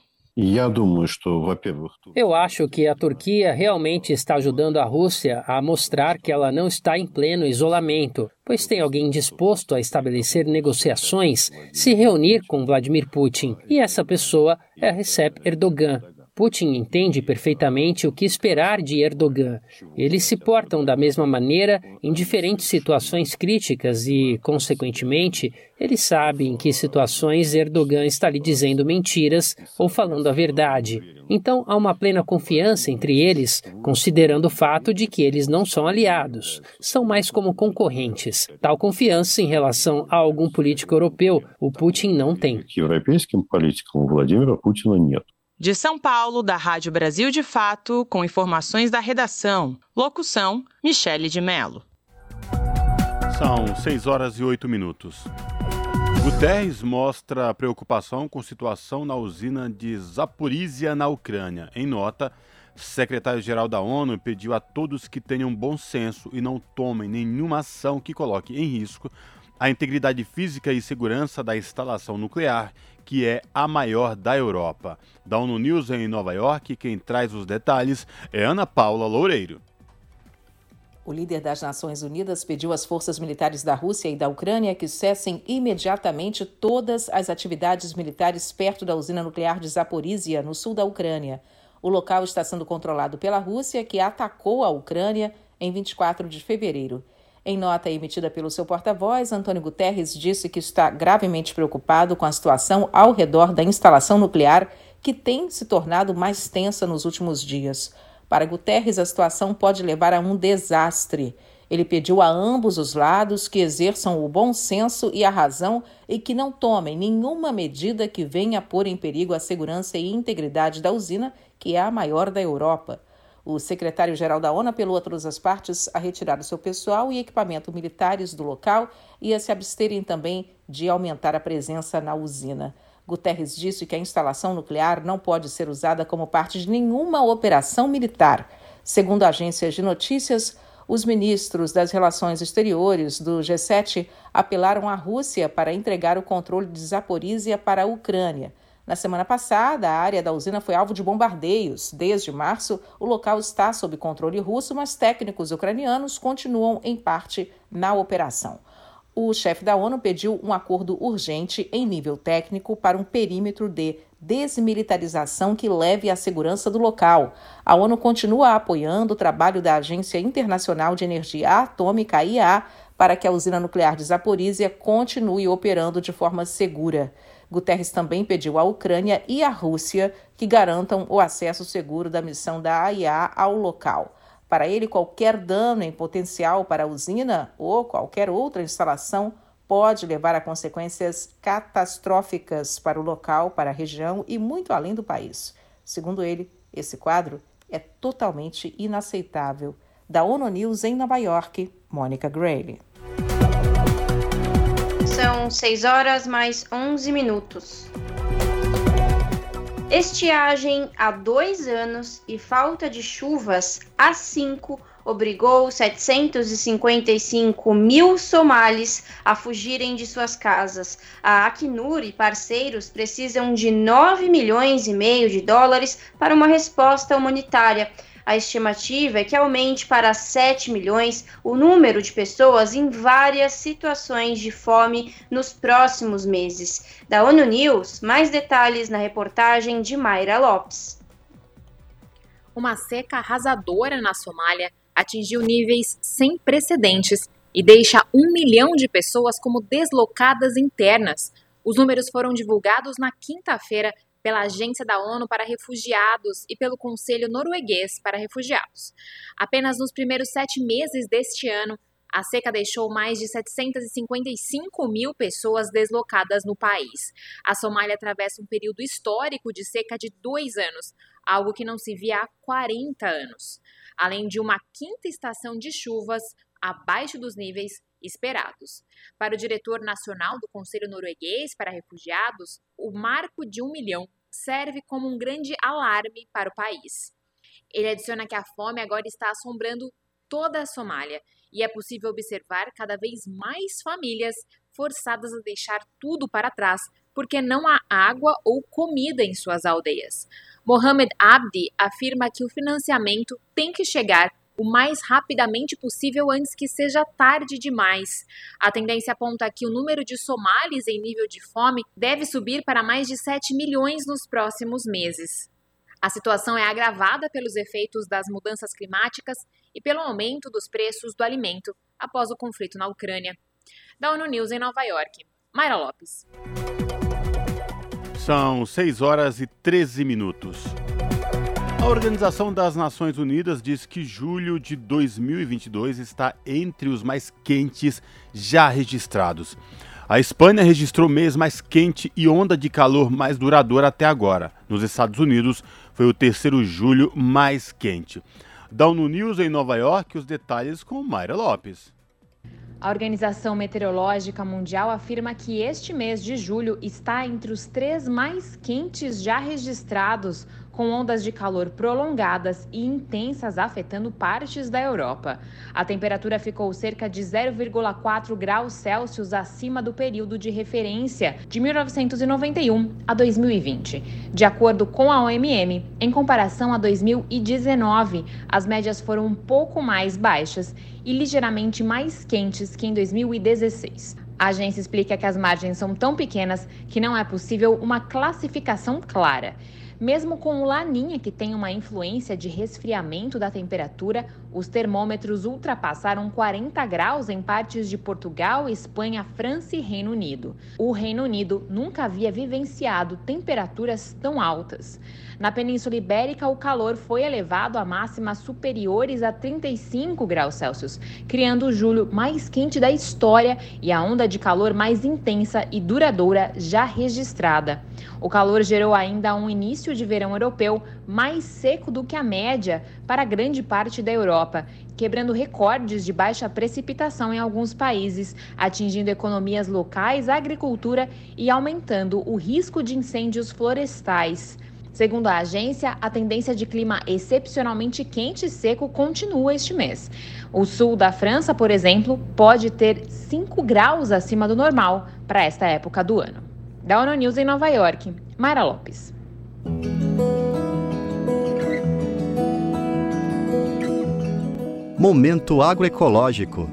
[SPEAKER 20] Eu acho que a Turquia realmente está ajudando a Rússia a mostrar que ela não está em pleno isolamento, pois tem alguém disposto a estabelecer negociações, se reunir com Vladimir Putin, e essa pessoa é Recep Erdogan. Putin entende perfeitamente o que esperar de Erdogan. Eles se portam da mesma maneira em diferentes situações críticas e, consequentemente, eles sabem em que situações Erdogan está lhe dizendo mentiras ou falando a verdade. Então, há uma plena confiança entre eles, considerando o fato de que eles não são aliados, são mais como concorrentes. Tal confiança em relação a algum político europeu, o Putin não tem.
[SPEAKER 19] De São Paulo, da Rádio Brasil de Fato, com informações da redação. Locução, Michele de Mello.
[SPEAKER 1] São seis horas e oito minutos. Guterres mostra preocupação com a situação na usina de Zaporizhia, na Ucrânia. Em nota, secretário-geral da ONU pediu a todos que tenham bom senso e não tomem nenhuma ação que coloque em risco a integridade física e segurança da instalação nuclear, que é a maior da Europa. Da ONU News em Nova York, quem traz os detalhes é Ana Paula Loureiro.
[SPEAKER 4] O líder das Nações Unidas pediu às forças militares da Rússia e da Ucrânia que cessem imediatamente todas as atividades militares perto da usina nuclear de Zaporizhia, no sul da Ucrânia. O local está sendo controlado pela Rússia, que atacou a Ucrânia em vinte e quatro de fevereiro. Em nota emitida pelo seu porta-voz, Antônio Guterres disse que está gravemente preocupado com a situação ao redor da instalação nuclear, que tem se tornado mais tensa nos últimos dias. Para Guterres, a situação pode levar a um desastre. Ele pediu a ambos os lados que exerçam o bom senso e a razão e que não tomem nenhuma medida que venha pôr em perigo a segurança e integridade da usina, que é a maior da Europa. O secretário-geral da ONU apelou a todas as partes a retirar o seu pessoal e equipamento militares do local e a se absterem também de aumentar a presença na usina. Guterres disse que a instalação nuclear não pode ser usada como parte de nenhuma operação militar. Segundo agências de notícias, os ministros das Relações Exteriores do G sete apelaram à Rússia para entregar o controle de Zaporizhia para a Ucrânia. Na semana passada, a área da usina foi alvo de bombardeios. Desde março, o local está sob controle russo, mas técnicos ucranianos continuam, em parte, na operação. O chefe da ONU pediu um acordo urgente em nível técnico para um perímetro de desmilitarização que leve à segurança do local. A ONU continua apoiando o trabalho da Agência Internacional de Energia Atômica, A I A, para que a usina nuclear de Zaporizhia continue operando de forma segura. Guterres também pediu à Ucrânia e à Rússia que garantam o acesso seguro da missão da A I A ao local. Para ele, qualquer dano em potencial para a usina ou qualquer outra instalação pode levar a consequências catastróficas para o local, para a região e muito além do país. Segundo ele, esse quadro é totalmente inaceitável. Da ONU News em Nova York, Mônica Grayle.
[SPEAKER 3] São seis horas mais onze minutos. Estiagem há dois anos e falta de chuvas há cinco obrigou setecentos e cinquenta e cinco mil somalis a fugirem de suas casas. A Acnur e parceiros precisam de nove milhões e meio de dólares para uma resposta humanitária. A estimativa é que aumente para sete milhões o número de pessoas em várias situações de fome nos próximos meses. Da ONU News, mais detalhes na reportagem de Mayra Lopes.
[SPEAKER 21] Uma seca arrasadora na Somália atingiu níveis sem precedentes e deixa um milhão de pessoas como deslocadas internas. Os números foram divulgados na quinta-feira pela Agência da ONU para Refugiados e pelo Conselho Norueguês para Refugiados. Apenas nos primeiros sete meses deste ano, a seca deixou mais de setecentos e cinquenta e cinco mil pessoas deslocadas no país. A Somália atravessa um período histórico de seca de dois anos, algo que não se via há quarenta anos, além de uma quinta estação de chuvas abaixo dos níveis esperados. Para o diretor nacional do Conselho Norueguês para Refugiados, o marco de um milhão serve como um grande alarme para o país. Ele adiciona que a fome agora está assombrando toda a Somália e é possível observar cada vez mais famílias forçadas a deixar tudo para trás porque não há água ou comida em suas aldeias. Mohamed Abdi afirma que o financiamento tem que chegar o mais rapidamente possível antes que seja tarde demais. A tendência aponta que o número de somalis em nível de fome deve subir para mais de sete milhões nos próximos meses. A situação é agravada pelos efeitos das mudanças climáticas e pelo aumento dos preços do alimento após o conflito na Ucrânia. Da ONU News em Nova York, Mayra Lopes.
[SPEAKER 1] São seis horas e treze minutos. A Organização das Nações Unidas diz que julho de dois mil e vinte e dois está entre os mais quentes já registrados. A Espanha registrou o mês mais quente e onda de calor mais duradoura até agora. Nos Estados Unidos, foi o terceiro julho mais quente. Da ONU News em Nova York, os detalhes com Mayra Lopes.
[SPEAKER 21] A Organização Meteorológica Mundial afirma que este mês de julho está entre os três mais quentes já registrados, com ondas de calor prolongadas e intensas afetando partes da Europa. A temperatura ficou cerca de zero vírgula quatro graus Celsius acima do período de referência de mil novecentos e noventa e um a dois mil e vinte. De acordo com a O M M, em comparação a dois mil e dezenove, as médias foram um pouco mais baixas e ligeiramente mais quentes que em dois mil e dezesseis. A agência explica que as margens são tão pequenas que não é possível uma classificação clara. Mesmo com o Laninha, que tem uma influência de resfriamento da temperatura, os termômetros ultrapassaram quarenta graus em partes de Portugal, Espanha, França e Reino Unido. O Reino Unido nunca havia vivenciado temperaturas tão altas. Na Península Ibérica, o calor foi elevado a máximas superiores a trinta e cinco graus Celsius, criando o julho mais quente da história e a onda de calor mais intensa e duradoura já registrada. O calor gerou ainda um início de verão europeu mais seco do que a média para grande parte da Europa, quebrando recordes de baixa precipitação em alguns países, atingindo economias locais, a agricultura e aumentando o risco de incêndios florestais. Segundo a agência, a tendência de clima excepcionalmente quente e seco continua este mês. O sul da França, por exemplo, pode ter cinco graus acima do normal para esta época do ano. Da ONU News em Nova York, Mayra Lopes.
[SPEAKER 5] Momento agroecológico.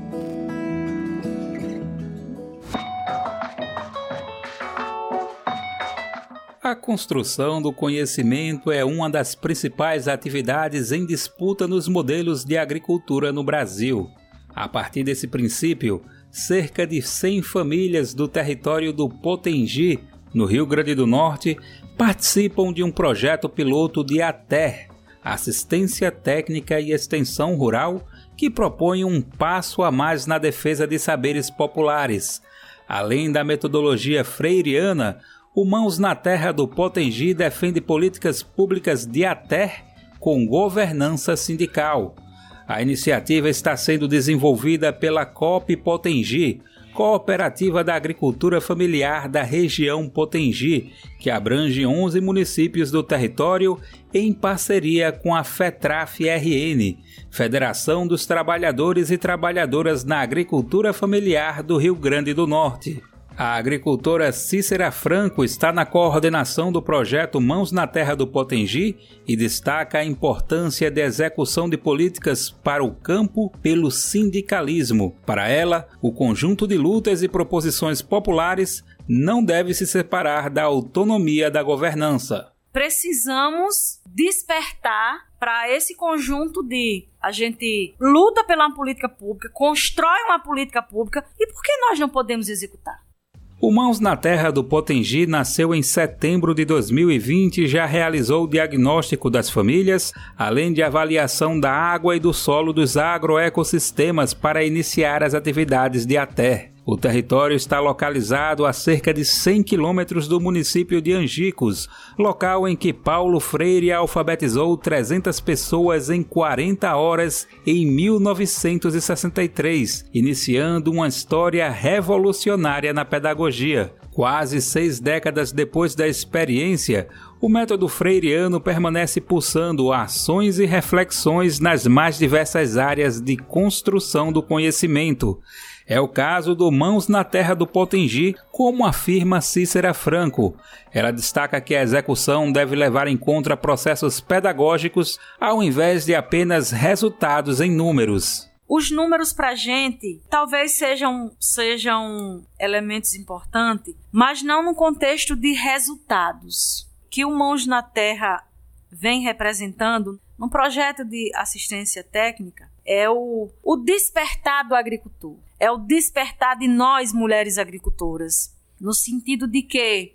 [SPEAKER 22] A construção do conhecimento é uma das principais atividades em disputa nos modelos de agricultura no Brasil. A partir desse princípio, cerca de cem famílias do território do Potengi, no Rio Grande do Norte, participam de um projeto piloto de ATER, Assistência Técnica e Extensão Rural, que propõe um passo a mais na defesa de saberes populares. Além da metodologia freiriana, o Mãos na Terra do Potengi defende políticas públicas de ATER com governança sindical. A iniciativa está sendo desenvolvida pela Coop Potengi, Cooperativa da Agricultura Familiar da região Potengi, que abrange onze municípios do território, em parceria com a FETRAF-R N, Federação dos Trabalhadores e Trabalhadoras na Agricultura Familiar do Rio Grande do Norte. A agricultora Cícera Franco está na coordenação do projeto Mãos na Terra do Potengi e destaca a importância da execução de políticas para o campo pelo sindicalismo. Para ela, o conjunto de lutas e proposições populares não deve se separar da autonomia da governança.
[SPEAKER 23] Precisamos despertar para esse conjunto de a gente luta pela política pública, constrói uma política pública e por que nós não podemos executar?
[SPEAKER 22] O Mãos na Terra do Potengi nasceu em setembro de dois mil e vinte e já realizou o diagnóstico das famílias, além de avaliação da água e do solo dos agroecossistemas para iniciar as atividades de ATER. O território está localizado a cerca de cem quilômetros do município de Angicos, local em que Paulo Freire alfabetizou trezentas pessoas em quarenta horas em mil novecentos e sessenta e três, iniciando uma história revolucionária na pedagogia. Quase seis décadas depois da experiência, o método freiriano permanece pulsando ações e reflexões nas mais diversas áreas de construção do conhecimento. É o caso do Mãos na Terra do Potengi, como afirma Cícera Franco. Ela destaca que a execução deve levar em conta processos pedagógicos ao invés de apenas resultados em números.
[SPEAKER 23] Os números para a gente talvez sejam, sejam elementos importantes, mas não no contexto de resultados. Que o Mãos na Terra vem representando no projeto de assistência técnica é o, o despertar do agricultor. É o despertar de nós, mulheres agricultoras, no sentido de que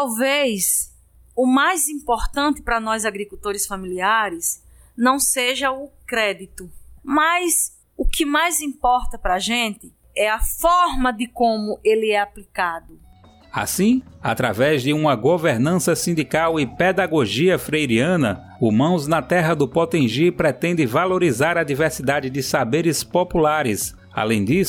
[SPEAKER 23] talvez o mais importante para nós agricultores familiares não seja o crédito, mas o que mais importa para a gente é a forma de como ele é aplicado.
[SPEAKER 22] Assim, através de uma governança sindical e pedagogia freiriana, o Mãos na Terra do Potengi pretende valorizar a diversidade de saberes populares. Além disso,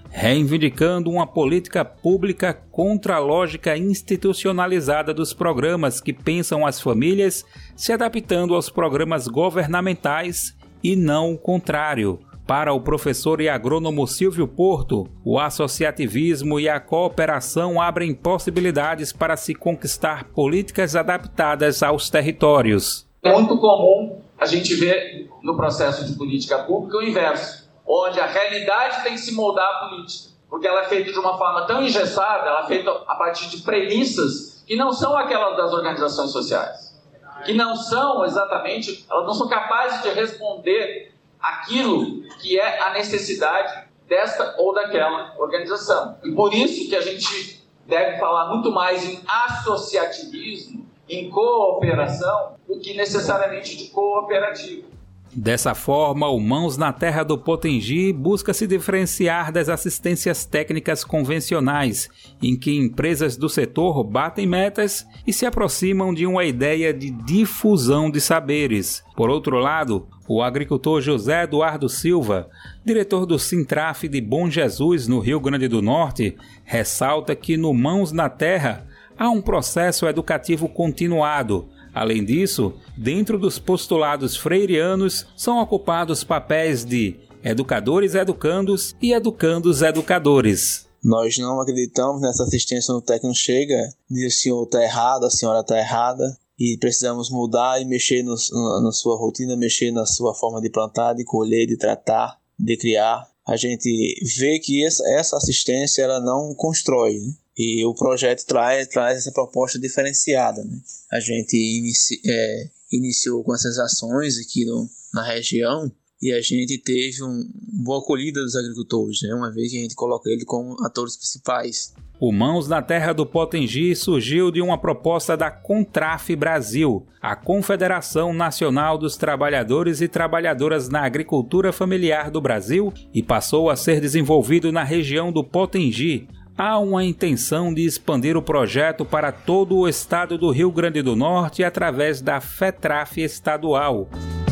[SPEAKER 22] reivindicando uma política pública contra a lógica institucionalizada dos programas que pensam as famílias se adaptando aos programas governamentais e não o contrário. Para o professor e agrônomo Silvio Porto, o associativismo e a cooperação abrem possibilidades para se conquistar políticas adaptadas aos territórios.
[SPEAKER 6] É muito comum a gente ver no processo de política pública o inverso, onde a realidade tem que se moldar a política, porque ela é feita de uma forma tão engessada, ela é feita a partir de premissas que não são aquelas das organizações sociais, que não são exatamente, elas não são capazes de responder aquilo que é a necessidade desta ou daquela organização. E por isso que a gente deve falar muito mais em associativismo, em cooperação, do que necessariamente de cooperativo.
[SPEAKER 22] Dessa forma, o Mãos na Terra do Potengi busca se diferenciar das assistências técnicas convencionais, em que empresas do setor batem metas e se aproximam de uma ideia de difusão de saberes. Por outro lado, o agricultor José Eduardo Silva, diretor do Sintraf de Bom Jesus, no Rio Grande do Norte, ressalta que no Mãos na Terra há um processo educativo continuado. Além disso, dentro dos postulados freirianos, são ocupados papéis de educadores educandos e educandos educadores.
[SPEAKER 7] Nós não acreditamos nessa assistência no técnico chega, diz o senhor está errado, a senhora está errada, e precisamos mudar e mexer no, no, na sua rotina, mexer na sua forma de plantar, de colher, de tratar, de criar. A gente vê que essa, essa assistência ela não constrói, né? E o projeto traz, traz essa proposta diferenciada, né? A gente inici, é, iniciou com essas ações aqui no, na região e a gente teve uma boa acolhida dos agricultores, né? Uma vez que a gente coloca ele como atores principais.
[SPEAKER 22] O Mãos na Terra do Potengi surgiu de uma proposta da Contraf Brasil, a Confederação Nacional dos Trabalhadores e Trabalhadoras na Agricultura Familiar do Brasil, e passou a ser desenvolvido na região do Potengi. Há uma intenção de expandir o projeto para todo o estado do Rio Grande do Norte através da FETRAF estadual.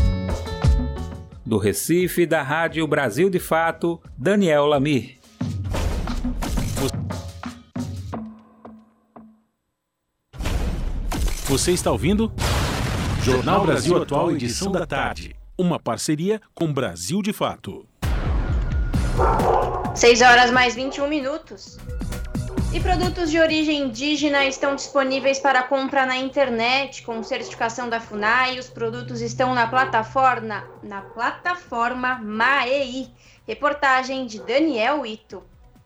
[SPEAKER 22] Do Recife, da Rádio Brasil de Fato, Daniel Lamir.
[SPEAKER 2] Você está ouvindo? Jornal Brasil Atual, edição da tarde. Uma parceria com Brasil de Fato.
[SPEAKER 3] seis horas mais vinte e um minutos. E produtos de origem indígena estão disponíveis para compra na internet com certificação da FUNAI. Os produtos estão na plataforma, na plataforma Maei. Reportagem de Daniel Ito.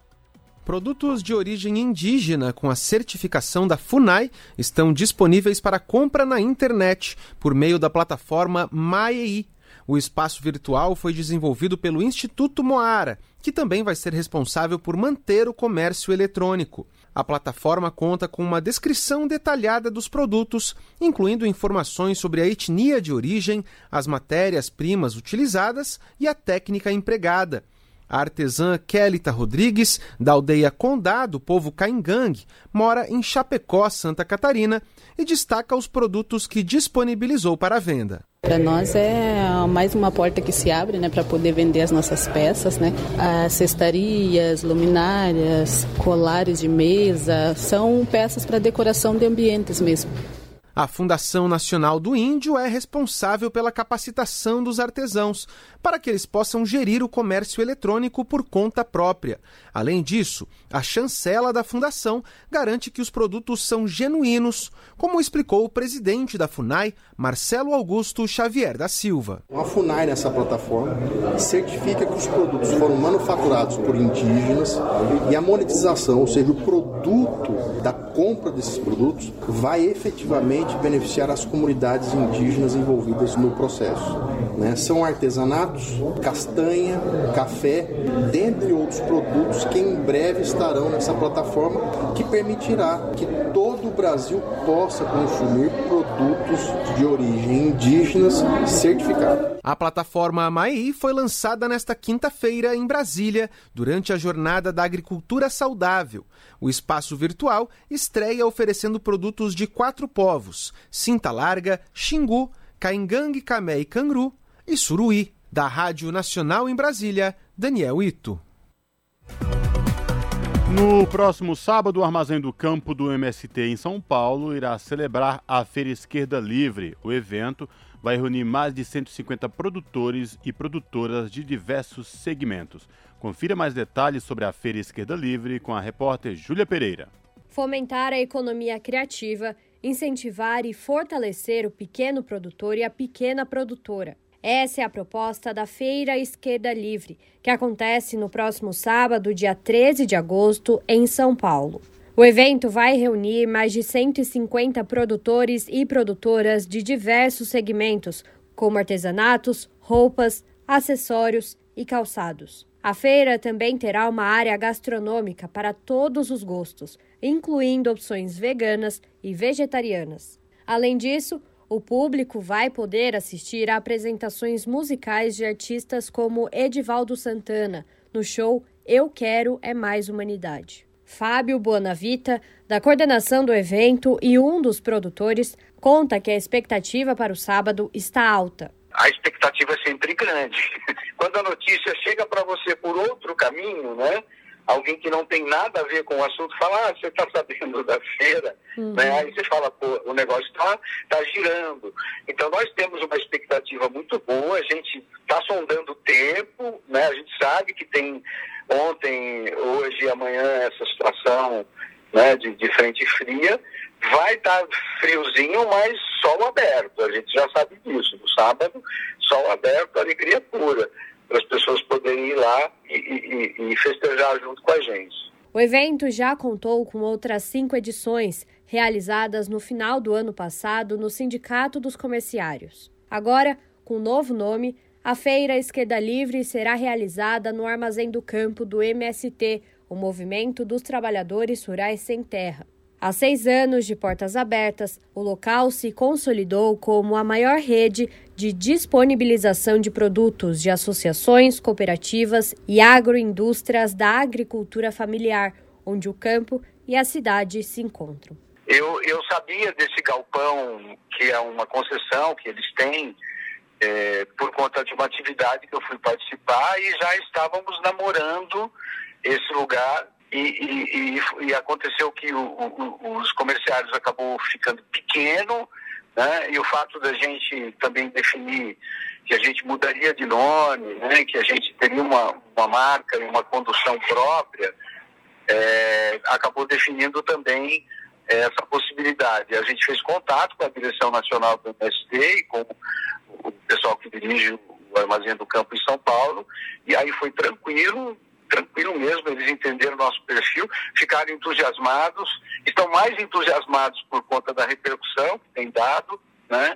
[SPEAKER 8] Produtos de origem indígena com a certificação da FUNAI estão disponíveis para compra na internet por meio da plataforma Maei. O espaço virtual foi desenvolvido pelo Instituto Moara, que também vai ser responsável por manter o comércio eletrônico. A plataforma conta com uma descrição detalhada dos produtos, incluindo informações sobre a etnia de origem, as matérias-primas utilizadas e a técnica empregada. A artesã Kélita Rodrigues, da aldeia Condá, do povo Caingangue, mora em Chapecó, Santa Catarina, e destaca os produtos que disponibilizou para a venda.
[SPEAKER 24] Para nós é mais uma porta que se abre, né, para poder vender as nossas peças, né? As cestarias, luminárias, colares de mesa, são peças para decoração de ambientes mesmo.
[SPEAKER 8] A Fundação Nacional do Índio é responsável pela capacitação dos artesãos, para que eles possam gerir o comércio eletrônico por conta própria. Além disso, a chancela da Fundação garante que os produtos são genuínos, como explicou o presidente da FUNAI, Marcelo Augusto Xavier da Silva.
[SPEAKER 25] A FUNAI, nessa plataforma, certifica que os produtos foram manufaturados por indígenas e a monetização, ou seja, o produto da compra desses produtos, vai efetivamente beneficiar as comunidades indígenas envolvidas no processo, né? São artesanatos, castanha, café, dentre outros produtos que em breve estarão nessa plataforma, que permitirá que todo o Brasil possa consumir produtos de origem indígenas certificados.
[SPEAKER 8] A plataforma Maei foi lançada nesta quinta-feira em Brasília, durante a Jornada da Agricultura Saudável. O espaço virtual estreia oferecendo produtos de quatro povos: Cinta Larga, Xingu, Caingangue, Camé e Canguru e Suruí. Da Rádio Nacional em Brasília, Daniel Ito.
[SPEAKER 1] No próximo sábado, o Armazém do Campo do M S T em São Paulo irá celebrar a Feira Esquerda Livre. O evento vai reunir mais de cento e cinquenta produtores e produtoras de diversos segmentos. Confira mais detalhes sobre a Feira Esquerda Livre com a repórter Júlia Pereira.
[SPEAKER 9] Fomentar a economia criativa, incentivar e fortalecer o pequeno produtor e a pequena produtora. Essa é a proposta da Feira Esquerda Livre, que acontece no próximo sábado, dia treze de agosto, em São Paulo. O evento vai reunir mais de cento e cinquenta produtores e produtoras de diversos segmentos, como artesanatos, roupas, acessórios e calçados. A feira também terá uma área gastronômica para todos os gostos, incluindo opções veganas e vegetarianas. Além disso, o público vai poder assistir a apresentações musicais de artistas como Edivaldo Santana, no show Eu Quero é Mais Humanidade. Fábio Buonavita, da coordenação do evento e um dos produtores, conta que a expectativa para o sábado está alta.
[SPEAKER 10] A expectativa é sempre grande. Quando a notícia chega para você por outro caminho, né? Alguém que não tem nada a ver com o assunto fala, ah, você está sabendo da feira, uhum. né? Aí você fala, pô, o negócio está tá girando. Então nós temos uma expectativa muito boa, a gente está sondando o tempo, né? A gente sabe que tem ontem, hoje e amanhã essa situação, né, de, de frente fria. Vai estar tá friozinho, mas sol aberto, a gente já sabe disso. No sábado, sol aberto, alegria pura, para as pessoas poderem ir lá e, e, e festejar junto com a gente.
[SPEAKER 9] O evento já contou com outras cinco edições, realizadas no final do ano passado no Sindicato dos Comerciários. Agora, com um novo nome, a Feira Esquerda Livre será realizada no Armazém do Campo do M S T, o Movimento dos Trabalhadores Rurais Sem Terra. Há seis anos de portas abertas, o local se consolidou como a maior rede de disponibilização de produtos de associações, cooperativas e agroindústrias da agricultura familiar, onde o campo e a cidade se encontram.
[SPEAKER 10] Eu, eu sabia desse galpão, que é uma concessão que eles têm, é, por conta de uma atividade que eu fui participar, e já estávamos namorando esse lugar. E, e, e, e aconteceu que o, o, os comerciários acabou ficando pequeno, né? E o fato da gente também definir que a gente mudaria de nome, né? Que a gente teria uma, uma marca e uma condução própria, é, acabou definindo também essa possibilidade. A gente fez contato com a direção nacional do M S T e com o pessoal que dirige o Armazém do Campo em São Paulo, e aí foi tranquilo, tranquilo mesmo, eles entenderam o nosso perfil, ficaram entusiasmados, estão mais entusiasmados por conta da repercussão que tem dado, né?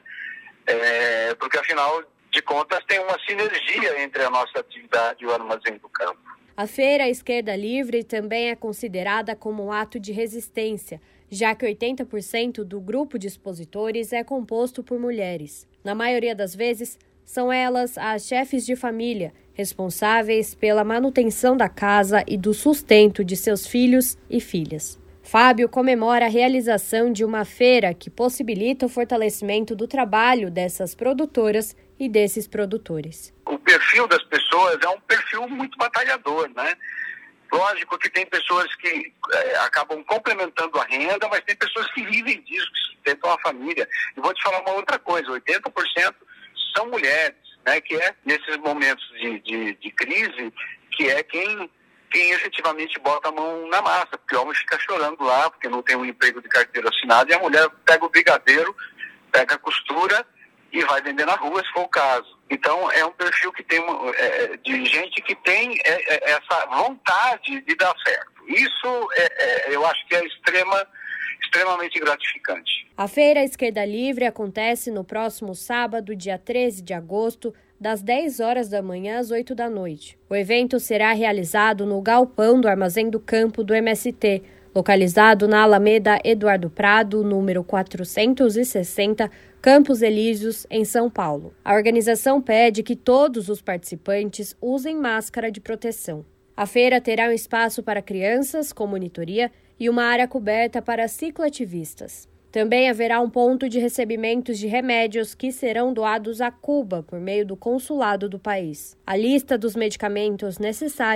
[SPEAKER 10] É, porque afinal de contas tem uma sinergia entre a nossa atividade e o Armazém do Campo.
[SPEAKER 9] A Feira Esquerda Livre também é considerada como um ato de resistência, já que oitenta por cento do grupo de expositores é composto por mulheres. Na maioria das vezes, são elas as chefes de família, responsáveis pela manutenção da casa e do sustento de seus filhos e filhas. Fábio comemora a realização de uma feira que possibilita o fortalecimento do trabalho dessas produtoras e desses produtores.
[SPEAKER 10] O perfil das pessoas é um perfil muito batalhador, né? Lógico que tem pessoas que é, acabam complementando a renda, mas tem pessoas que vivem disso, que sustentam a família. E vou te falar uma outra coisa, oitenta por cento são mulheres, né, que é nesses momentos de, de, de crise, que é quem, quem efetivamente bota a mão na massa, porque o homem fica chorando lá, porque não tem um emprego de carteira assinada, e a mulher pega o brigadeiro, pega a costura e vai vender na rua, se for o caso. Então, é um perfil que tem é, de gente que tem é, é, essa vontade de dar certo. Isso, é, é, eu acho que é extrema, extremamente gratificante.
[SPEAKER 9] A Feira Esquerda Livre acontece no próximo sábado, dia treze de agosto, das dez horas da manhã às oito da noite. O evento será realizado no galpão do Armazém do Campo do M S T, localizado na Alameda Eduardo Prado, número quatrocentos e sessenta, Campos Elíseos, em São Paulo. A organização pede que todos os participantes usem máscara de proteção. A feira terá um espaço para crianças, com monitoria, e uma área coberta para cicloativistas. Também haverá um ponto de recebimentos de remédios que serão doados a Cuba por meio do consulado do país. A lista dos medicamentos necessários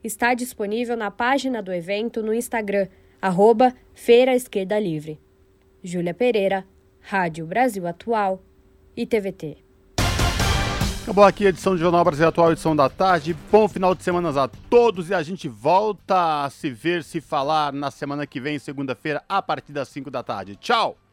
[SPEAKER 9] está disponível na página do evento no Instagram, arroba Feira Esquerda Livre. Júlia Pereira, Rádio Brasil Atual e T V T.
[SPEAKER 1] Acabou aqui a edição do Jornal Brasil Atual, edição da tarde. Bom final de semana a todos e a gente volta a se ver, se falar na semana que vem, segunda-feira, a partir das cinco da tarde. Tchau!